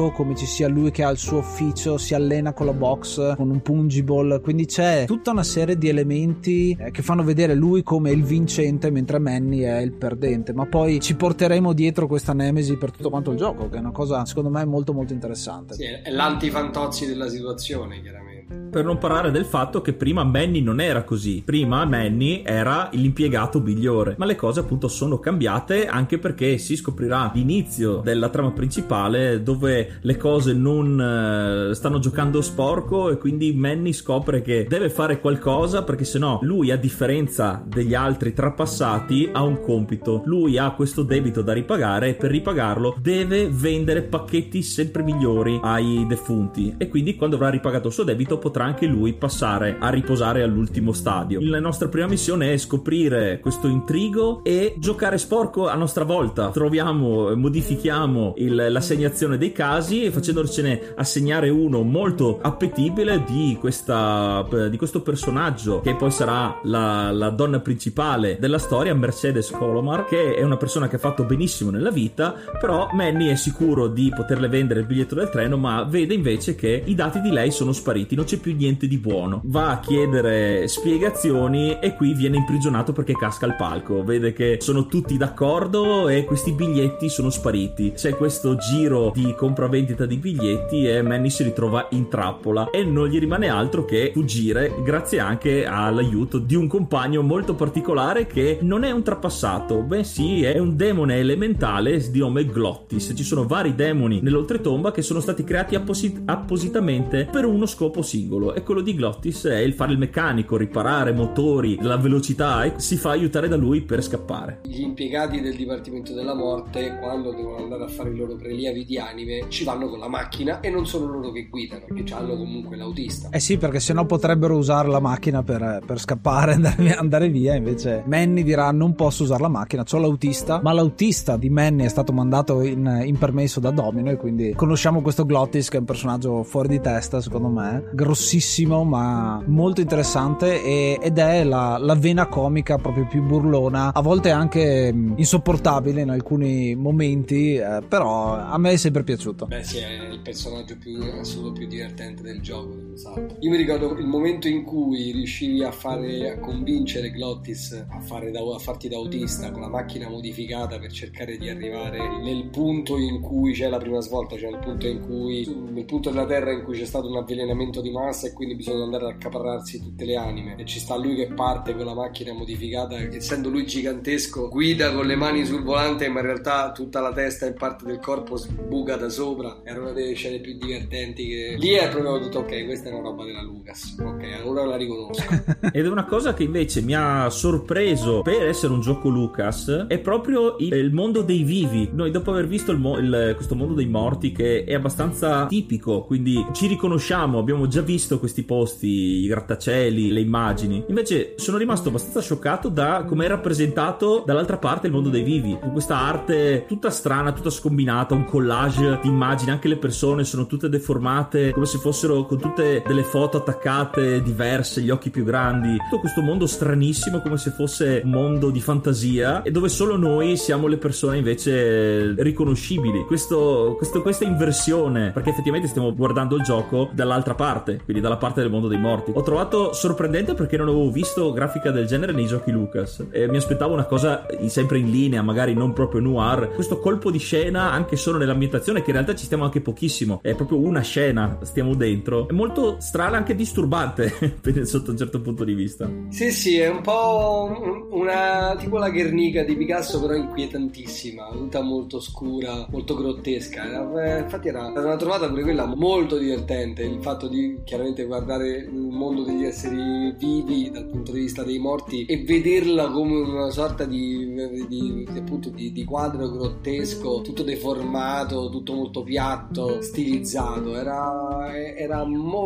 foto come ci sia lui che ha il suo ufficio, si allena con la box, con un pungible, quindi c'è tutta una serie di elementi eh, che fanno vedere lui come il vincente mentre Manny è il perdente, ma poi ci porteremo dietro questa nemesi per tutto quanto il gioco, che è una cosa secondo me molto molto interessante. Sì, è l'antifantozzi della situazione, chiaramente. Per non parlare del fatto che prima Manny non era così, prima Manny era l'impiegato migliore, ma le cose appunto sono cambiate, anche perché si scoprirà l'inizio della trama principale dove le cose non uh, stanno giocando sporco, e quindi Manny scopre che deve fare qualcosa, perché sennò lui, a differenza degli altri trapassati, ha un compito. Lui ha questo debito da ripagare e per ripagarlo deve vendere pacchetti sempre migliori ai defunti, e quindi quando avrà ripagato il suo debito potrà anche lui passare a riposare all'ultimo stadio. La nostra prima missione è scoprire questo intrigo e giocare sporco a nostra volta. Troviamo, modifichiamo il, l'assegnazione dei casi e facendocene assegnare uno molto appetibile di questa di questo personaggio che poi sarà la, la donna principale della storia, Mercedes Colomar, che è una persona che ha fatto benissimo nella vita, però Manny è sicuro di poterle vendere il biglietto del treno, ma vede invece che i dati di lei sono spariti, non c'è più niente di buono. Va a chiedere spiegazioni e qui viene imprigionato perché casca al palco, vede che sono tutti d'accordo e questi biglietti sono spariti. C'è questo giro di compravendita di biglietti e Manny si ritrova in trappola e non gli rimane altro che fuggire, grazie anche all'aiuto di un compagno molto particolare che non è un trapassato, bensì è un demone elementale di nome Glottis. Ci sono vari demoni nell'oltretomba che sono stati creati apposit- appositamente per uno scopo singolo, e quello di Glottis è il fare il meccanico, riparare motori, la velocità, e si fa aiutare da lui per scappare. Gli impiegati del Dipartimento della Morte, quando devono andare a fare i loro prelievi di anime, ci vanno con la macchina e non sono loro che guidano, perché hanno comunque l'autista. Eh sì, perché sennò potrebbero usare la macchina per, per scappare, andare, andare via. Invece Manny dirà: non posso usare la macchina, c'ho l'autista. Ma l'autista di Manny è stato mandato in, in permesso da Domino, e quindi conosciamo questo Glottis, che è un personaggio fuori di testa secondo me, grossissimo ma molto interessante, e, ed è la, la vena comica proprio più burlona, a volte anche mh, insopportabile in alcuni momenti, eh, però a me è sempre piaciuto. Beh sì, è il personaggio più assoluto, più divertente del gioco, esatto. Io mi ricordo il momento in cui riuscivi a fare a convincere Glottis a, fare da, a farti da autista con la macchina modificata per cercare di arrivare nel punto in cui c'è la prima svolta, cioè nel punto in cui nel punto della Terra in cui c'è stato un avvelenamento di massa e quindi bisogna andare ad accaparrarsi tutte le anime, e ci sta lui che parte con la macchina modificata, essendo lui gigantesco guida con le mani sul volante, ma in realtà tutta la testa e parte del corpo sbuca da sopra. Era una delle scene più divertenti che lì è proprio ho detto ok, questa è una roba della Lucas, ok, allora la riconosco. Ed è una cosa che invece mi ha sorpreso per essere un gioco Lucas, è proprio il, il mondo dei vivi. Noi dopo aver visto il, mo- il, questo mondo dei morti, che è abbastanza tipico, quindi ci riconosciamo, abbiamo già visto questi posti, i grattacieli, le immagini, invece sono rimasto abbastanza scioccato da come è rappresentato dall'altra parte il mondo dei vivi, con questa arte tutta strana, tutta scombinata, un collage di immagini, anche le persone sono tutte deformate come se fossero con tutte delle foto attaccate diverse, gli occhi più grandi, tutto questo mondo stranissimo come se fosse un mondo di fantasia, e dove solo noi siamo le persone invece riconoscibili. Questo, questo, questa inversione, perché effettivamente stiamo guardando il gioco dall'altra parte, quindi dalla parte del mondo dei morti, ho trovato sorprendente perché non avevo visto grafica del genere nei giochi Lucas, e mi aspettavo una cosa sempre in linea, magari non proprio noir, questo colpo di scena anche solo nell'ambientazione, che in realtà ci stiamo anche pochissimo, è proprio una scena, stiamo dentro, è molto strana, anche disturbante sotto un certo punto di vista. Sì sì, è un po' una tipo la Guernica di Picasso, però inquietantissima, tutta molto scura, molto grottesca. Era, infatti era una trovata pure quella molto divertente, il fatto di chiaramente guardare il mondo degli esseri vivi dal punto di vista dei morti e vederla come una sorta di, di, di appunto di, di quadro grottesco, tutto deformato, tutto molto piatto, stilizzato. Era, era molto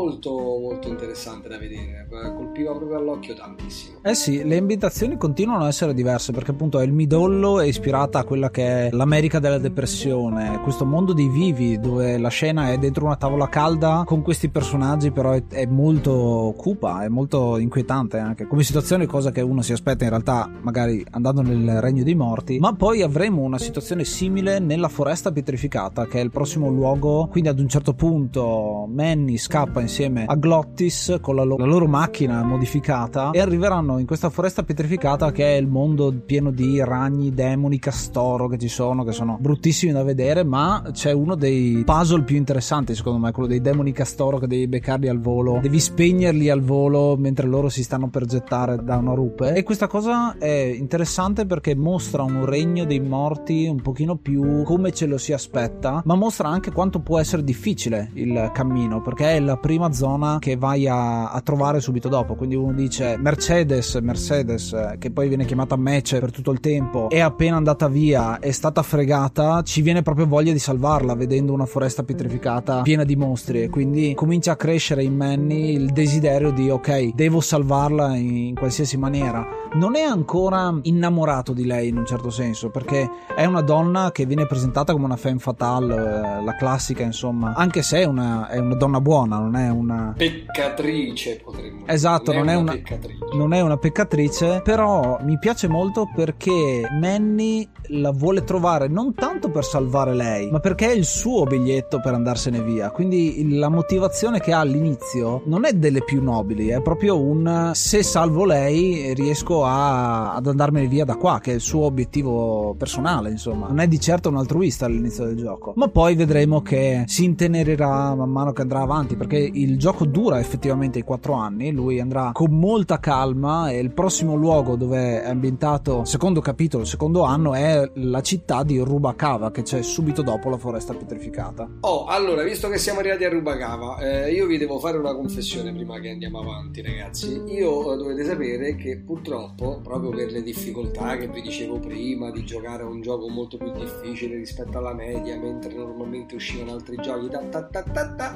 molto molto interessante da vedere, colpiva proprio all'occhio tantissimo. Eh sì, le ambientazioni continuano a essere diverse, perché appunto il midollo è ispirata a quella che è l'America della depressione, questo mondo dei vivi dove la scena è dentro una tavola calda con questi personaggi, però è, è molto cupa, è molto inquietante anche come situazione, cosa che uno si aspetta in realtà magari andando nel regno dei morti. Ma poi avremo una situazione simile nella foresta pietrificata, che è il prossimo luogo, quindi ad un certo punto Manny scappa insieme a Glottis con la, lo- la loro macchina modificata e arriveranno in questa foresta pietrificata che è il mondo pieno di ragni, demoni, castoro che ci sono, che sono bruttissimi da vedere, ma c'è uno dei puzzle più interessanti secondo me, quello dei demoni castoro, che devi beccarli al volo, devi spegnerli al volo mentre loro si stanno per gettare da una rupe, e questa cosa è interessante perché mostra un regno dei morti un pochino più come ce lo si aspetta, ma mostra anche quanto può essere difficile il cammino, perché è la prima zona che vai a, a trovare subito dopo. Quindi uno dice Mercedes Mercedes che poi viene chiamata Mece per tutto il tempo, è appena andata via, è stata fregata, ci viene proprio voglia di salvarla vedendo una foresta pietrificata piena di mostri, e quindi comincia a crescere in Manny il desiderio di ok, devo salvarla in qualsiasi maniera. Non è ancora innamorato di lei in un certo senso, perché è una donna che viene presentata come una femme fatale, la classica insomma, anche se è una, è una donna buona, non è una peccatrice, potremmo dire. Esatto, non, non è una, una peccatrice. non è una peccatrice, però mi piace molto perché Manny la vuole trovare non tanto per salvare lei, ma perché è il suo biglietto per andarsene via. Quindi la motivazione che ha all'inizio non è delle più nobili, è proprio un se salvo lei riesco a, ad andarmene via da qua, che è il suo obiettivo personale, insomma. Non è di certo un altruista all'inizio del gioco, ma poi vedremo che si intenerirà man mano che andrà avanti, perché il gioco dura effettivamente i quattro anni, lui andrà con molta calma, e il prossimo luogo dove è ambientato, secondo capitolo, secondo anno, è la città di Rubacava, che c'è subito dopo la foresta pietrificata. Oh, allora, visto che siamo arrivati a Rubacava, eh, io vi devo fare una confessione prima che andiamo avanti, ragazzi. Io eh, dovete sapere che purtroppo, proprio per le difficoltà che vi dicevo prima, di giocare a un gioco molto più difficile rispetto alla media, mentre normalmente uscivano altri giochi, ta ta ta ta ta,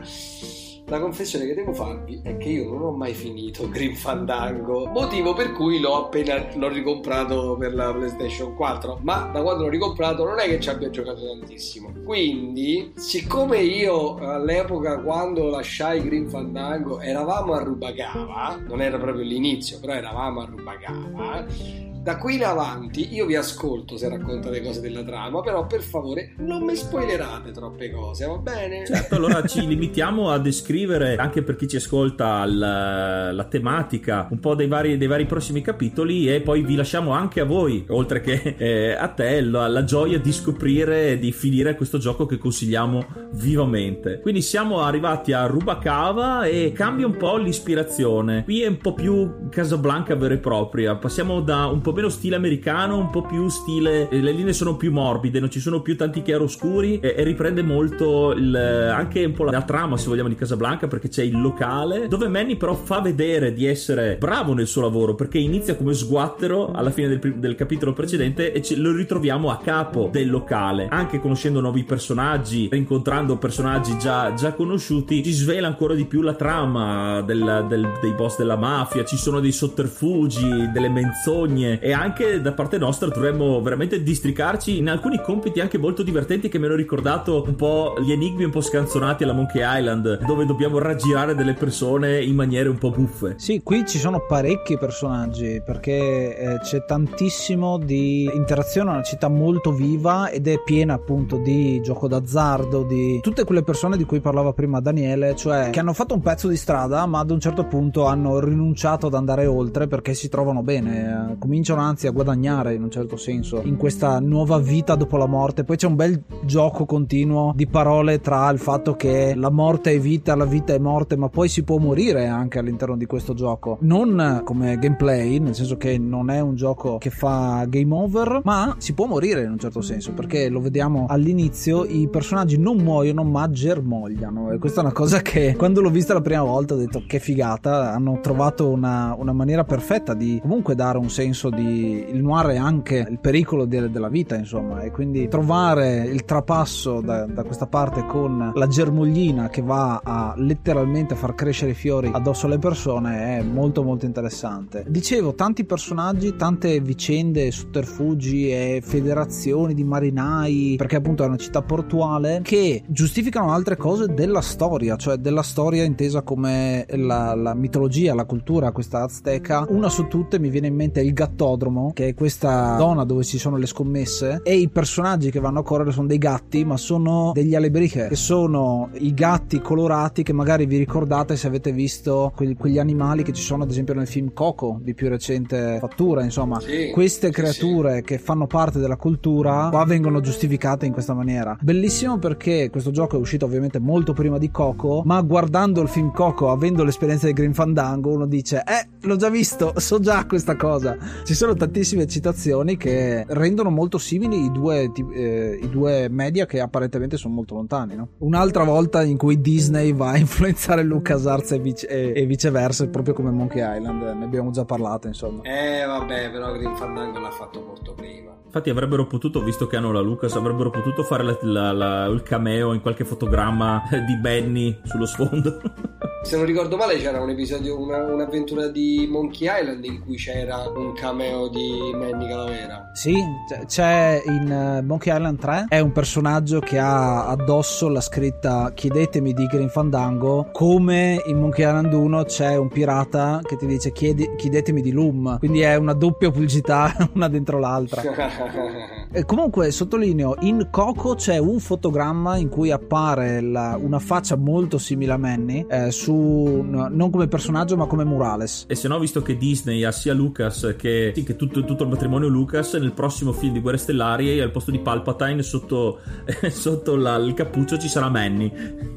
la confessione che devo farvi è che io non ho mai finito Grim Fandango, motivo per cui l'ho appena l'ho ricomprato per la PlayStation quattro, ma da quando l'ho ricomprato non è che ci abbia giocato tantissimo. Quindi, siccome io all'epoca, quando lasciai Grim Fandango, eravamo a Rubacava, non era proprio l'inizio, però eravamo a Rubacava, da qui in avanti io vi ascolto se raccontate cose della trama, però per favore non mi spoilerate troppe cose, va bene? Certo, allora ci limitiamo a descrivere, anche per chi ci ascolta, la, la tematica un po' dei vari, dei vari prossimi capitoli, e poi vi lasciamo anche a voi, oltre che eh, a te, la, la gioia di scoprire e di finire questo gioco che consigliamo vivamente. Quindi siamo arrivati a Rubacava e cambia un po' l'ispirazione. Qui è un po' più Casablanca vera e propria, passiamo da un po' meno stile americano, un po' più stile, le linee sono più morbide, non ci sono più tanti chiaroscuri, e, e riprende molto il, anche un po' la, la trama, se vogliamo, di Casablanca, perché c'è il locale dove Manny però fa vedere di essere bravo nel suo lavoro, perché inizia come sguattero alla fine del, del capitolo precedente e ce, lo ritroviamo a capo del locale, anche conoscendo nuovi personaggi, rincontrando personaggi già, già conosciuti. Ci svela ancora di più la trama del, del, dei boss della mafia, ci sono dei sotterfugi, delle menzogne, e anche da parte nostra dovremmo veramente districarci in alcuni compiti anche molto divertenti che mi hanno ricordato un po' gli enigmi un po' scanzonati alla Monkey Island, dove dobbiamo raggirare delle persone in maniere un po' buffe. Sì, qui ci sono parecchi personaggi, perché eh, c'è tantissimo di interazione, è una città molto viva ed è piena appunto di gioco d'azzardo, di tutte quelle persone di cui parlava prima Daniele, cioè che hanno fatto un pezzo di strada ma ad un certo punto hanno rinunciato ad andare oltre perché si trovano bene, eh, cominciano anzi a guadagnare in un certo senso in questa nuova vita dopo la morte. Poi c'è un bel gioco continuo di parole tra il fatto che la morte è vita, la vita è morte, ma poi si può morire anche all'interno di questo gioco, non come gameplay, nel senso che non è un gioco che fa game over, ma si può morire in un certo senso, perché lo vediamo all'inizio, i personaggi non muoiono ma germogliano, e questa è una cosa che quando l'ho vista la prima volta ho detto che figata, hanno trovato una, una maniera perfetta di comunque dare un senso di il noir è anche il pericolo de, della vita, insomma, e quindi trovare il trapasso da, da questa parte con la germoglina che va a letteralmente far crescere i fiori addosso alle persone è molto molto interessante. Dicevo, tanti personaggi, tante vicende, sotterfugi e federazioni di marinai, perché appunto è una città portuale, che giustificano altre cose della storia, cioè della storia intesa come la, la mitologia, la cultura, questa azteca. Una su tutte mi viene in mente il gattodromo, che è questa zona dove ci sono le scommesse, e i personaggi che vanno a correre sono dei gatti, ma sono degli alebrije, che sono i gatti colorati che magari vi ricordate se avete visto quegli, quegli animali che ci sono ad esempio nel film Coco di più recente fattura. Insomma, sì, queste creature sì, che fanno parte della cultura qua vengono giustificate in questa maniera. Bellissimo, perché questo gioco è uscito ovviamente molto prima di Coco, ma guardando il film Coco, avendo l'esperienza di Grim Fandango, uno dice eh l'ho già visto, so già questa cosa. Ci sono tantissime citazioni che rendono molto simili i due, eh, i due media che apparentemente sono molto lontani, no? Un'altra volta in cui Disney va a influenzare LucasArts e, vice, e, e viceversa, proprio come Monkey Island, ne abbiamo già parlato, insomma. Eh vabbè, però Grim Fandango l'ha fatto molto prima. Infatti avrebbero potuto, visto che hanno la Lucas, avrebbero potuto fare la, la, la, il cameo in qualche fotogramma di Benny sullo sfondo. Se non ricordo male c'era un episodio, una, un'avventura di Monkey Island in cui c'era un cameo di Manny Calavera. Sì, c'è in Monkey Island tre, è un personaggio che ha addosso la scritta chiedetemi di Grim Fandango, come in Monkey Island uno c'è un pirata che ti dice chiedi, chiedetemi di Loom, quindi è una doppia pubblicità una dentro l'altra. E comunque sottolineo, in Coco c'è un fotogramma in cui appare la, una faccia molto simile a Manny, eh, su no, non come personaggio ma come murales. E se no, visto che Disney ha sia Lucas che, sì, che tutto, tutto il matrimonio Lucas, nel prossimo film di Guerre Stellari al posto di Palpatine sotto, sotto la, il cappuccio ci sarà Manny.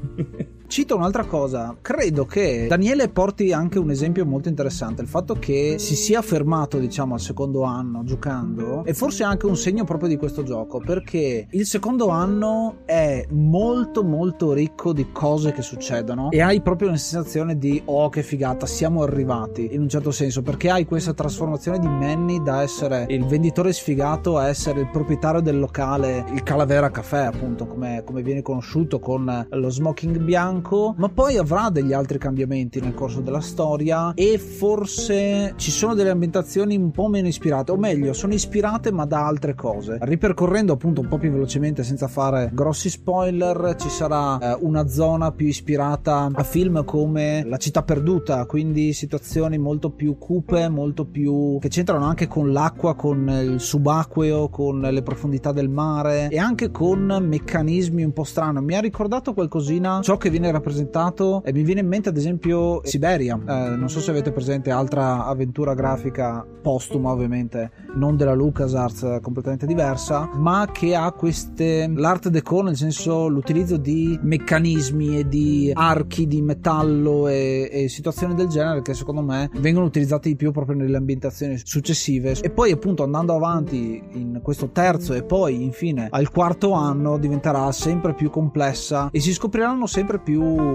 Cito un'altra cosa, credo che Daniele porti anche un esempio molto interessante, il fatto che si sia fermato diciamo al secondo anno giocando è forse anche un segno proprio di questo gioco, perché il secondo anno è molto molto ricco di cose che succedono e hai proprio una sensazione di oh che figata, siamo arrivati, in un certo senso, perché hai questa trasformazione di Manny da essere il venditore sfigato a essere il proprietario del locale, il Calavera Café appunto come, come viene conosciuto, con lo smoking bianco. Ma poi avrà degli altri cambiamenti nel corso della storia e forse ci sono delle ambientazioni un po' meno ispirate, o meglio sono ispirate ma da altre cose. Ripercorrendo appunto un po' più velocemente senza fare grossi spoiler, ci sarà eh, una zona più ispirata a film come La città perduta, quindi situazioni molto più cupe, molto più che c'entrano anche con l'acqua, con il subacqueo, con le profondità del mare e anche con meccanismi un po' strani. Mi ha ricordato qualcosina ciò che viene rappresentato e mi viene in mente ad esempio Siberia, eh, non so se avete presente, altra avventura grafica postuma ovviamente, non della LucasArts, completamente diversa, ma che ha queste l'art déco, nel senso l'utilizzo di meccanismi e di archi di metallo e, e situazioni del genere che secondo me vengono utilizzati di più proprio nelle ambientazioni successive. E poi appunto andando avanti in questo terzo e poi infine al quarto anno diventerà sempre più complessa e si scopriranno sempre più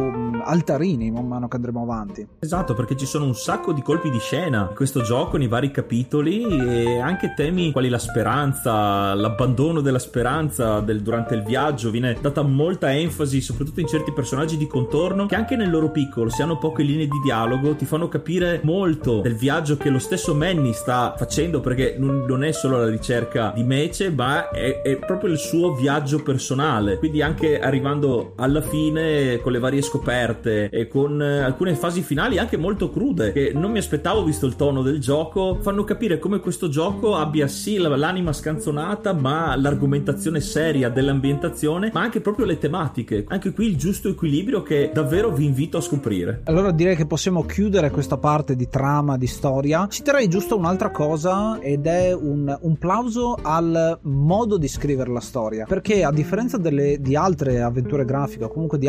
altarini man mano che andremo avanti. Esatto, perché ci sono un sacco di colpi di scena in questo gioco, nei vari capitoli, e anche temi quali la speranza, l'abbandono della speranza del, durante il viaggio. Viene data molta enfasi soprattutto in certi personaggi di contorno che anche nel loro piccolo, se hanno poche linee di dialogo, ti fanno capire molto del viaggio che lo stesso Manny sta facendo, perché non, non è solo la ricerca di mece, ma è, è proprio il suo viaggio personale. Quindi anche arrivando alla fine con le varie scoperte e con alcune fasi finali anche molto crude che non mi aspettavo visto il tono del gioco, fanno capire come questo gioco abbia sì l'anima scanzonata ma l'argomentazione seria dell'ambientazione, ma anche proprio le tematiche. Anche qui il giusto equilibrio che davvero vi invito a scoprire. Allora direi che possiamo chiudere questa parte di trama, di storia. Citerei giusto un'altra cosa ed è un, un plauso al modo di scrivere la storia, perché a differenza delle, di altre avventure grafiche o comunque di altre storie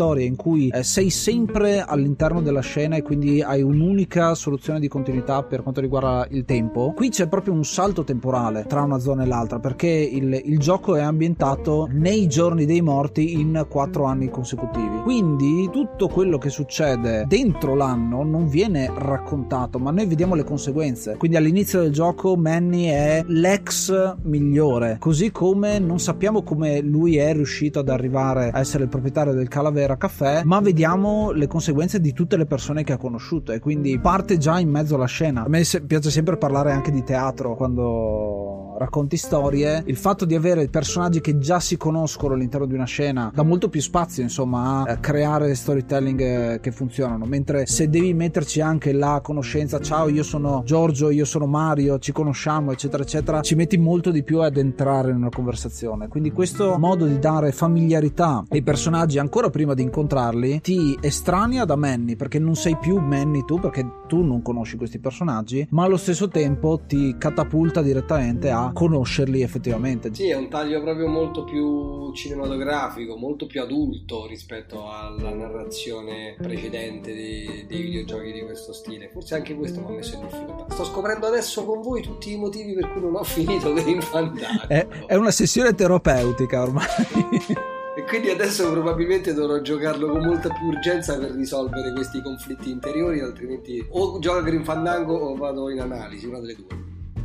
storie in cui eh, sei sempre all'interno della scena e quindi hai un'unica soluzione di continuità per quanto riguarda il tempo, qui c'è proprio un salto temporale tra una zona e l'altra, perché il, il gioco è ambientato nei giorni dei morti in quattro anni consecutivi, quindi tutto quello che succede dentro l'anno non viene raccontato, ma noi vediamo le conseguenze. Quindi all'inizio del gioco Manny è l'ex migliore, così come non sappiamo come lui è riuscito ad arrivare a essere il proprietario del Calavera Caffè, ma vediamo le conseguenze di tutte le persone che ha conosciuto, e quindi parte già in mezzo alla scena. A me piace sempre parlare anche di teatro quando racconti storie. Il fatto di avere personaggi che già si conoscono all'interno di una scena dà molto più spazio, insomma, a creare storytelling che funzionano, mentre se devi metterci anche la conoscenza, ciao io sono Giorgio, io sono Mario, ci conosciamo eccetera eccetera, ci metti molto di più ad entrare in una conversazione. Quindi questo modo di dare familiarità ai personaggi ancora prima di incontrarli ti estranea da Manny, perché non sei più Manny tu, perché tu non conosci questi personaggi, ma allo stesso tempo ti catapulta direttamente a conoscerli effettivamente. Sì, è un taglio proprio molto più cinematografico, molto più adulto rispetto alla narrazione precedente dei, dei videogiochi di questo stile. Forse anche questo mi ha messo in difficoltà. Sto scoprendo adesso con voi tutti i motivi per cui non ho finito Grim Fandango. È, è una sessione terapeutica ormai. E quindi adesso probabilmente dovrò giocarlo con molta più urgenza per risolvere questi conflitti interiori, altrimenti o gioco a Grim Fandango o vado in analisi, una delle due.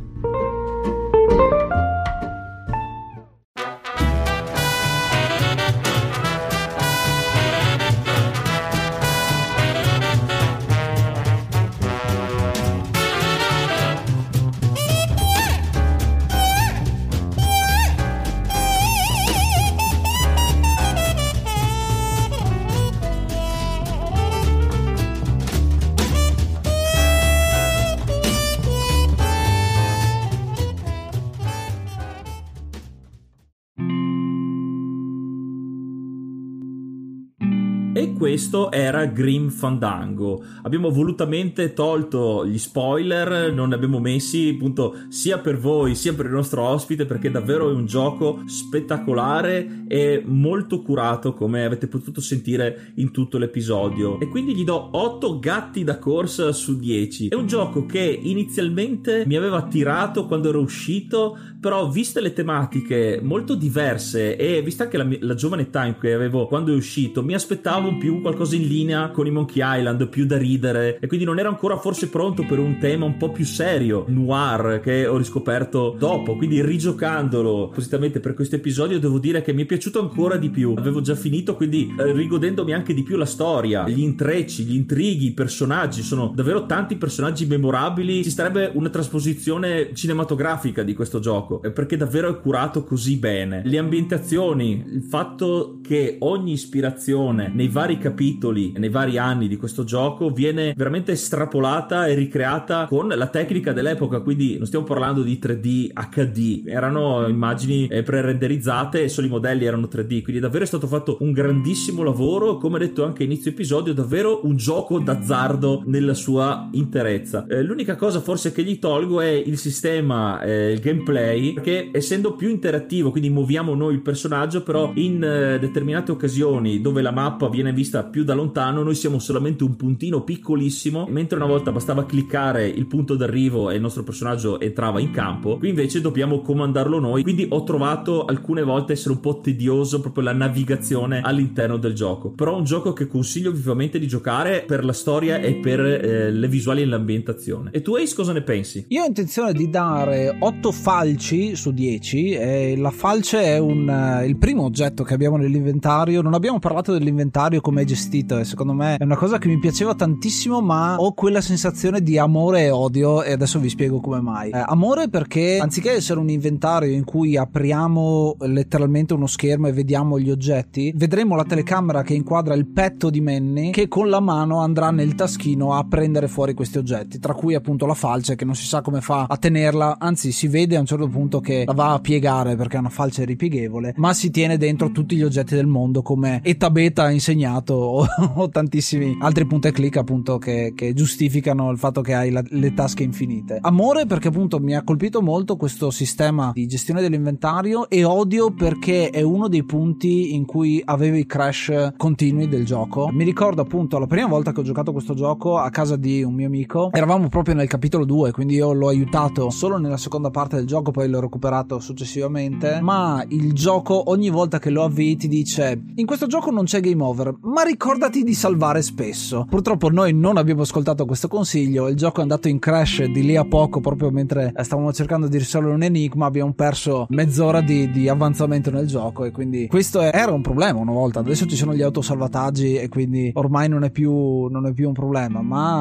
E questo era Grim Fandango. Abbiamo volutamente tolto gli spoiler, non ne abbiamo messi, appunto, sia per voi sia per il nostro ospite, perché davvero è un gioco spettacolare e molto curato, come avete potuto sentire in tutto l'episodio. E quindi gli do otto gatti da corsa su dieci. È un gioco che inizialmente mi aveva attirato quando ero uscito, però viste le tematiche molto diverse e vista anche la, la giovane età in cui avevo quando è uscito, mi aspettavo più qualcosa in linea con i Monkey Island, più da ridere, e quindi non ero ancora forse pronto per un tema un po' più serio, noir, che ho riscoperto dopo. Quindi rigiocandolo appositamente per questo episodio devo dire che mi è piaciuto ancora di più. Avevo già finito, quindi eh, rigodendomi anche di più la storia, gli intrecci, gli intrighi, i personaggi. Sono davvero tanti personaggi memorabili. Ci sarebbe una trasposizione cinematografica di questo gioco, perché davvero è curato così bene. Le ambientazioni, il fatto che ogni ispirazione nei vari capitoli, nei vari anni di questo gioco viene veramente estrapolata e ricreata con la tecnica dell'epoca, quindi non stiamo parlando di tre D H D, erano immagini pre-renderizzate e solo i modelli erano tre D, quindi davvero è stato fatto un grandissimo lavoro. Come detto anche a inizio episodio, davvero un gioco d'azzardo nella sua interezza. Eh, l'unica cosa forse che gli tolgo è il sistema, eh, il gameplay, perché essendo più interattivo, quindi muoviamo noi il personaggio, però in eh, determinate occasioni dove la mappa viene vista più da lontano noi siamo solamente un puntino piccolissimo, mentre una volta bastava cliccare il punto d'arrivo e il nostro personaggio entrava in campo. Qui invece dobbiamo comandarlo noi, quindi ho trovato alcune volte essere un po' tedioso proprio la navigazione all'interno del gioco, però è un gioco che consiglio vivamente di giocare per la storia e per eh, le visuali e l'ambientazione. E tu Ace cosa ne pensi? Io ho intenzione di dare otto falci su dieci, e la falce è un, uh, il primo oggetto che abbiamo nell'inventario. Non abbiamo parlato dell'inventario, come è gestito, e secondo me è una cosa che mi piaceva tantissimo, ma ho quella sensazione di amore e odio, e adesso vi spiego come mai. Eh, amore perché anziché essere un inventario in cui apriamo letteralmente uno schermo e vediamo gli oggetti, vedremo la telecamera che inquadra il petto di Manny che con la mano andrà nel taschino a prendere fuori questi oggetti, tra cui appunto la falce, che non si sa come fa a tenerla, anzi si vede a un certo punto che la va a piegare perché è una falce ripieghevole, ma si tiene dentro tutti gli oggetti del mondo, come Eta Beta ha insegnato cognato o, o tantissimi altri punti e clic appunto che, che giustificano il fatto che hai la, le tasche infinite. Amore perché appunto mi ha colpito molto questo sistema di gestione dell'inventario, e odio perché è uno dei punti in cui avevo i crash continui del gioco. Mi ricordo appunto la prima volta che ho giocato questo gioco a casa di un mio amico, eravamo proprio nel capitolo due, quindi io l'ho aiutato solo nella seconda parte del gioco, poi l'ho recuperato successivamente, ma il gioco ogni volta che lo avvii ti dice: in questo gioco non c'è game over, ma ricordati di salvare spesso. Purtroppo noi non abbiamo ascoltato questo consiglio, il gioco è andato in crash di lì a poco, proprio mentre stavamo cercando di risolvere un enigma abbiamo perso mezz'ora di, di avanzamento nel gioco, e quindi questo era un problema una volta. Adesso ci sono gli autosalvataggi e quindi ormai non è più, non è più un problema,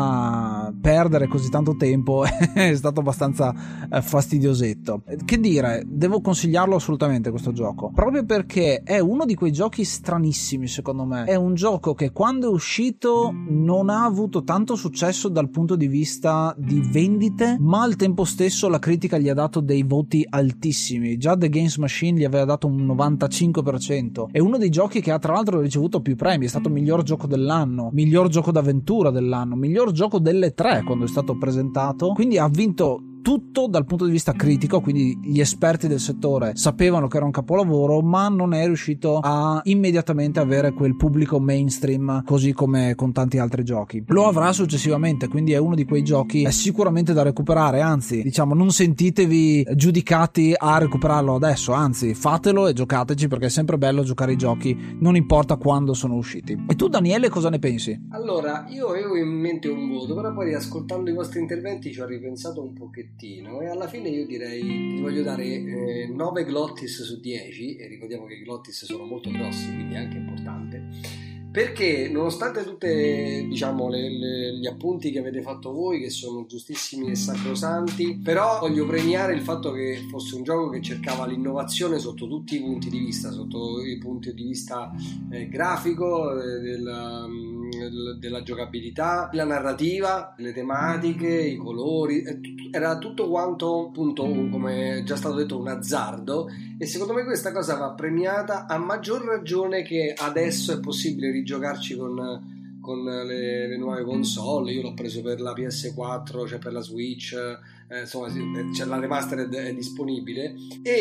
ma perdere così tanto tempo è stato abbastanza eh, fastidiosetto. Che dire, devo consigliarlo assolutamente questo gioco, proprio perché è uno di quei giochi stranissimi secondo me. È un gioco che quando è uscito non ha avuto tanto successo dal punto di vista di vendite, ma al tempo stesso la critica gli ha dato dei voti altissimi. Già The Games Machine gli aveva dato un novantacinque per cento. È uno dei giochi che ha tra l'altro ricevuto più premi, è stato miglior gioco dell'anno, miglior gioco d'avventura dell'anno, miglior gioco delle tre quando è stato presentato, quindi ha vinto tutto dal punto di vista critico, quindi gli esperti del settore sapevano che era un capolavoro, ma non è riuscito a immediatamente avere quel pubblico mainstream così come con tanti altri giochi. Lo avrà successivamente, quindi è uno di quei giochi sicuramente da recuperare, anzi diciamo non sentitevi giudicati a recuperarlo adesso, anzi fatelo e giocateci, perché è sempre bello giocare i giochi, non importa quando sono usciti. E tu Daniele cosa ne pensi? Allora, io avevo in mente un voto, però poi ascoltando i vostri interventi ci ho ripensato un pochettino e alla fine io direi che ti voglio dare eh, nove glottis su dieci, e ricordiamo che i glottis sono molto grossi, quindi è anche importante, perché nonostante tutte diciamo le, le, gli appunti che avete fatto voi, che sono giustissimi e sacrosanti, però voglio premiare il fatto che fosse un gioco che cercava l'innovazione sotto tutti i punti di vista, sotto i punti di vista eh, grafico, eh, del, del, della giocabilità, la narrativa, le tematiche, i colori, eh, era tutto quanto appunto, come è già stato detto, un azzardo, e secondo me questa cosa va premiata, a maggior ragione che adesso è possibile giocarci con, con le, le nuove console. Io l'ho preso per la P S quattro, cioè per la Switch, eh, insomma c'è la remastered è disponibile,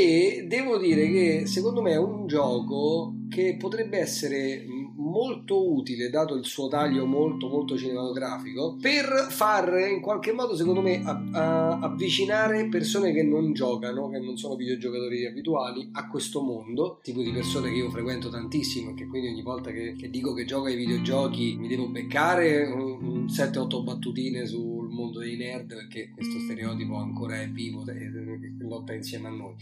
e devo dire che secondo me è un gioco che potrebbe essere molto utile, dato il suo taglio molto molto cinematografico, per far in qualche modo secondo me a, a, avvicinare persone che non giocano, che non sono videogiocatori abituali, a questo mondo, tipo di persone che io frequento tantissimo e che quindi ogni volta che, che dico che gioco ai videogiochi mi devo beccare un, un sette otto battutine sul mondo dei nerd, perché questo stereotipo ancora è vivo e lotta insieme a noi.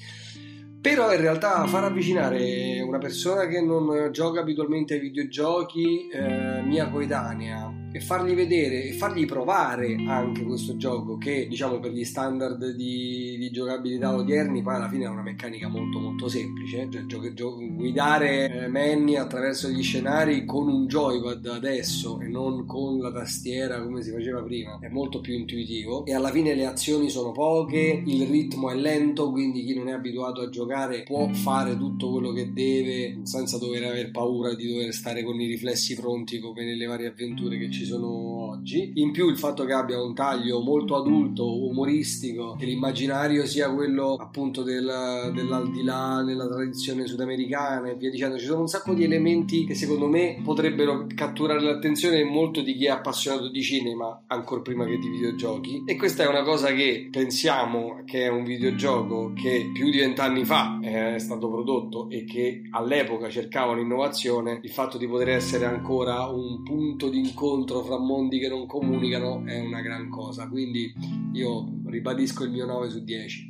Però in realtà far avvicinare una persona che non gioca abitualmente ai videogiochi, eh, mia coetanea, e fargli vedere e fargli provare anche questo gioco, che diciamo per gli standard di, di giocabilità odierni poi alla fine è una meccanica molto molto semplice, cioè gio- gio- guidare eh, Manny attraverso gli scenari con un joypad adesso e non con la tastiera come si faceva prima è molto più intuitivo, e alla fine le azioni sono poche, il ritmo è lento, quindi chi non è abituato a giocare può fare tutto quello che deve senza dover aver paura di dover stare con i riflessi pronti come nelle varie avventure che ci sono oggi. In più il fatto che abbia un taglio molto adulto, umoristico, che l'immaginario sia quello appunto del, dell'aldilà nella tradizione sudamericana e via dicendo, ci sono un sacco di elementi che secondo me potrebbero catturare l'attenzione molto di chi è appassionato di cinema ancor prima che di videogiochi, e questa è una cosa che pensiamo che è un videogioco che più di vent'anni fa è stato prodotto e che all'epoca cercava un'innovazione. Il fatto di poter essere ancora un punto di incontro fra mondi che non comunicano è una gran cosa, quindi io ribadisco il mio nove su dieci.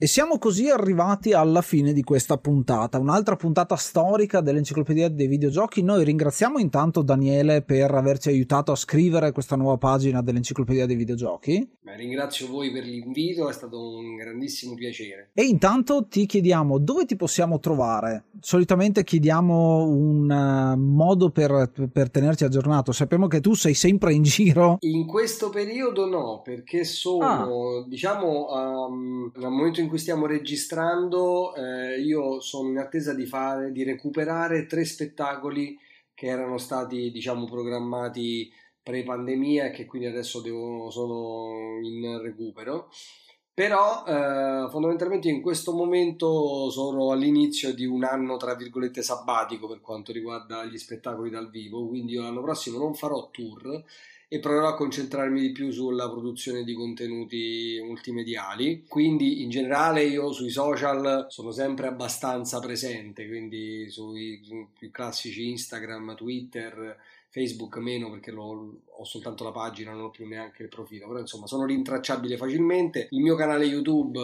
E siamo così arrivati alla fine di questa puntata, un'altra puntata storica dell'Enciclopedia dei Videogiochi. Noi ringraziamo intanto Daniele per averci aiutato a scrivere questa nuova pagina dell'Enciclopedia dei Videogiochi. Beh, ringrazio voi per l'invito, è stato un grandissimo piacere. E intanto ti chiediamo dove ti possiamo trovare. Solitamente chiediamo un uh, modo per, per tenerci aggiornato. Sappiamo che tu sei sempre in giro. In questo periodo no, perché sono, ah. diciamo, um, al momento in cui stiamo registrando, eh, io sono in attesa di fare, di recuperare tre spettacoli che erano stati, diciamo, programmati pre-pandemia e che quindi adesso devo, sono in recupero. Però eh, fondamentalmente in questo momento sono all'inizio di un anno tra virgolette sabbatico per quanto riguarda gli spettacoli dal vivo, quindi io l'anno prossimo non farò tour e proverò a concentrarmi di più sulla produzione di contenuti multimediali. Quindi in generale io sui social sono sempre abbastanza presente, quindi sui, sui più classici Instagram, Twitter, Facebook meno perché lo, ho soltanto la pagina, non ho più neanche il profilo, però insomma sono rintracciabile facilmente. Il mio canale YouTube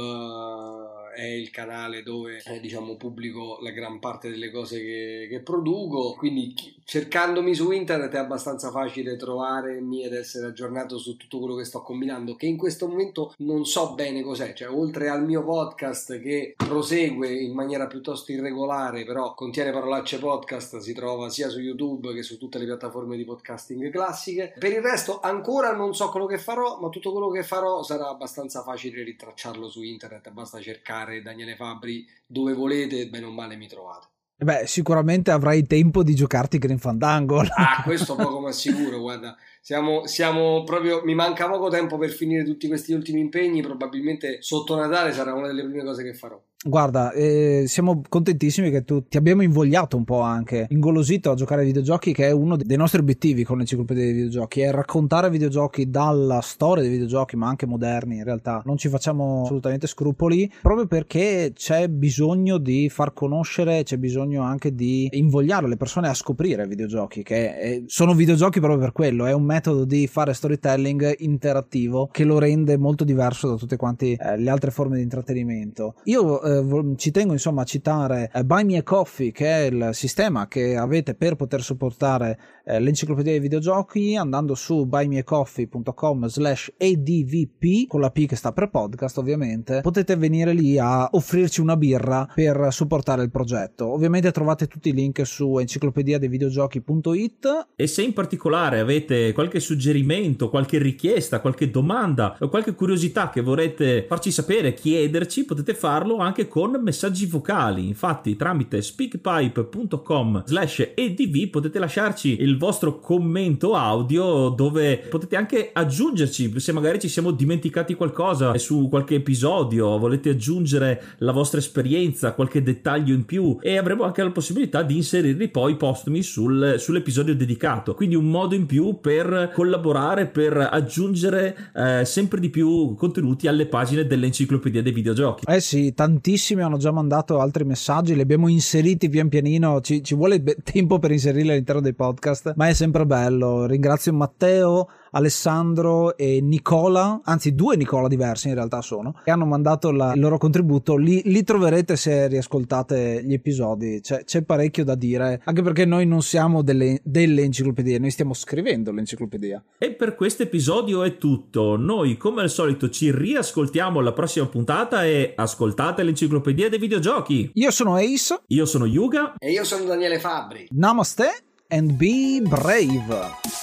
uh, è il canale dove eh, diciamo pubblico la gran parte delle cose che, che produco, quindi chi, cercandomi su internet è abbastanza facile trovarmi ed essere aggiornato su tutto quello che sto combinando, che in questo momento non so bene cos'è, cioè oltre al mio podcast che prosegue in maniera piuttosto irregolare, però contiene parolacce podcast, si trova sia su YouTube che su tutte le piattaforme di podcasting classiche. Per il resto ancora non so quello che farò, ma tutto quello che farò sarà abbastanza facile ritracciarlo su internet, basta cercare Daniele Fabbri dove volete, bene o male mi trovate. Beh, sicuramente avrai tempo di giocarti Grim Fandango. Ah, questo poco ma sicuro, guarda, siamo, siamo proprio, mi manca poco tempo per finire tutti questi ultimi impegni, probabilmente sotto Natale sarà una delle prime cose che farò. Guarda, eh, siamo contentissimi che tu ti abbiamo invogliato un po' anche, ingolosito a giocare ai videogiochi, che è uno dei nostri obiettivi con l'Enciclopedia dei Videogiochi, è raccontare videogiochi dalla storia dei videogiochi, ma anche moderni in realtà. Non ci facciamo assolutamente scrupoli, proprio perché c'è bisogno di far conoscere, c'è bisogno anche di invogliare le persone a scoprire videogiochi, che è, sono videogiochi proprio per quello, è un metodo di fare storytelling interattivo che lo rende molto diverso da tutte quante eh, le altre forme di intrattenimento. Io eh, ci tengo insomma a citare eh, Buy Me a Coffee, che è il sistema che avete per poter supportare eh, l'Enciclopedia dei Videogiochi, andando su buymeacoffee.com slash advp con la P che sta per podcast ovviamente. Potete venire lì a offrirci una birra per supportare il progetto. Ovviamente trovate tutti i link su enciclopedia dei videogiochi punto it. E se in particolare avete qualche suggerimento, qualche richiesta, qualche domanda o qualche curiosità che vorrete farci sapere, chiederci, potete farlo anche con messaggi vocali. Infatti tramite speakpipe.com slash edv potete lasciarci il vostro commento audio, dove potete anche aggiungerci se magari ci siamo dimenticati qualcosa su qualche episodio, volete aggiungere la vostra esperienza, qualche dettaglio in più, e avremo anche la possibilità di inserirli poi postumi sul, sull'episodio dedicato. Quindi un modo in più per collaborare, per aggiungere eh, sempre di più contenuti alle pagine dell'Enciclopedia dei Videogiochi. Eh sì, tantissimi hanno già mandato altri messaggi, li abbiamo inseriti pian pianino, ci, ci vuole be- tempo per inserirli all'interno dei podcast, ma è sempre bello. Ringrazio Matteo, Alessandro e Nicola, anzi due Nicola diversi in realtà sono, che hanno mandato la, il loro contributo. Li, li troverete se riascoltate gli episodi, c'è, c'è parecchio da dire, anche perché noi non siamo delle, delle enciclopedie, noi stiamo scrivendo l'enciclopedia. E per questo episodio è tutto. Noi come al solito ci riascoltiamo alla prossima puntata e ascoltate l'Enciclopedia dei Videogiochi. Io sono Ace, io sono Yuga e io sono Daniele Fabbri. Namaste and be brave.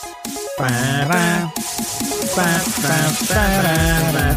Para, pa, pa, para,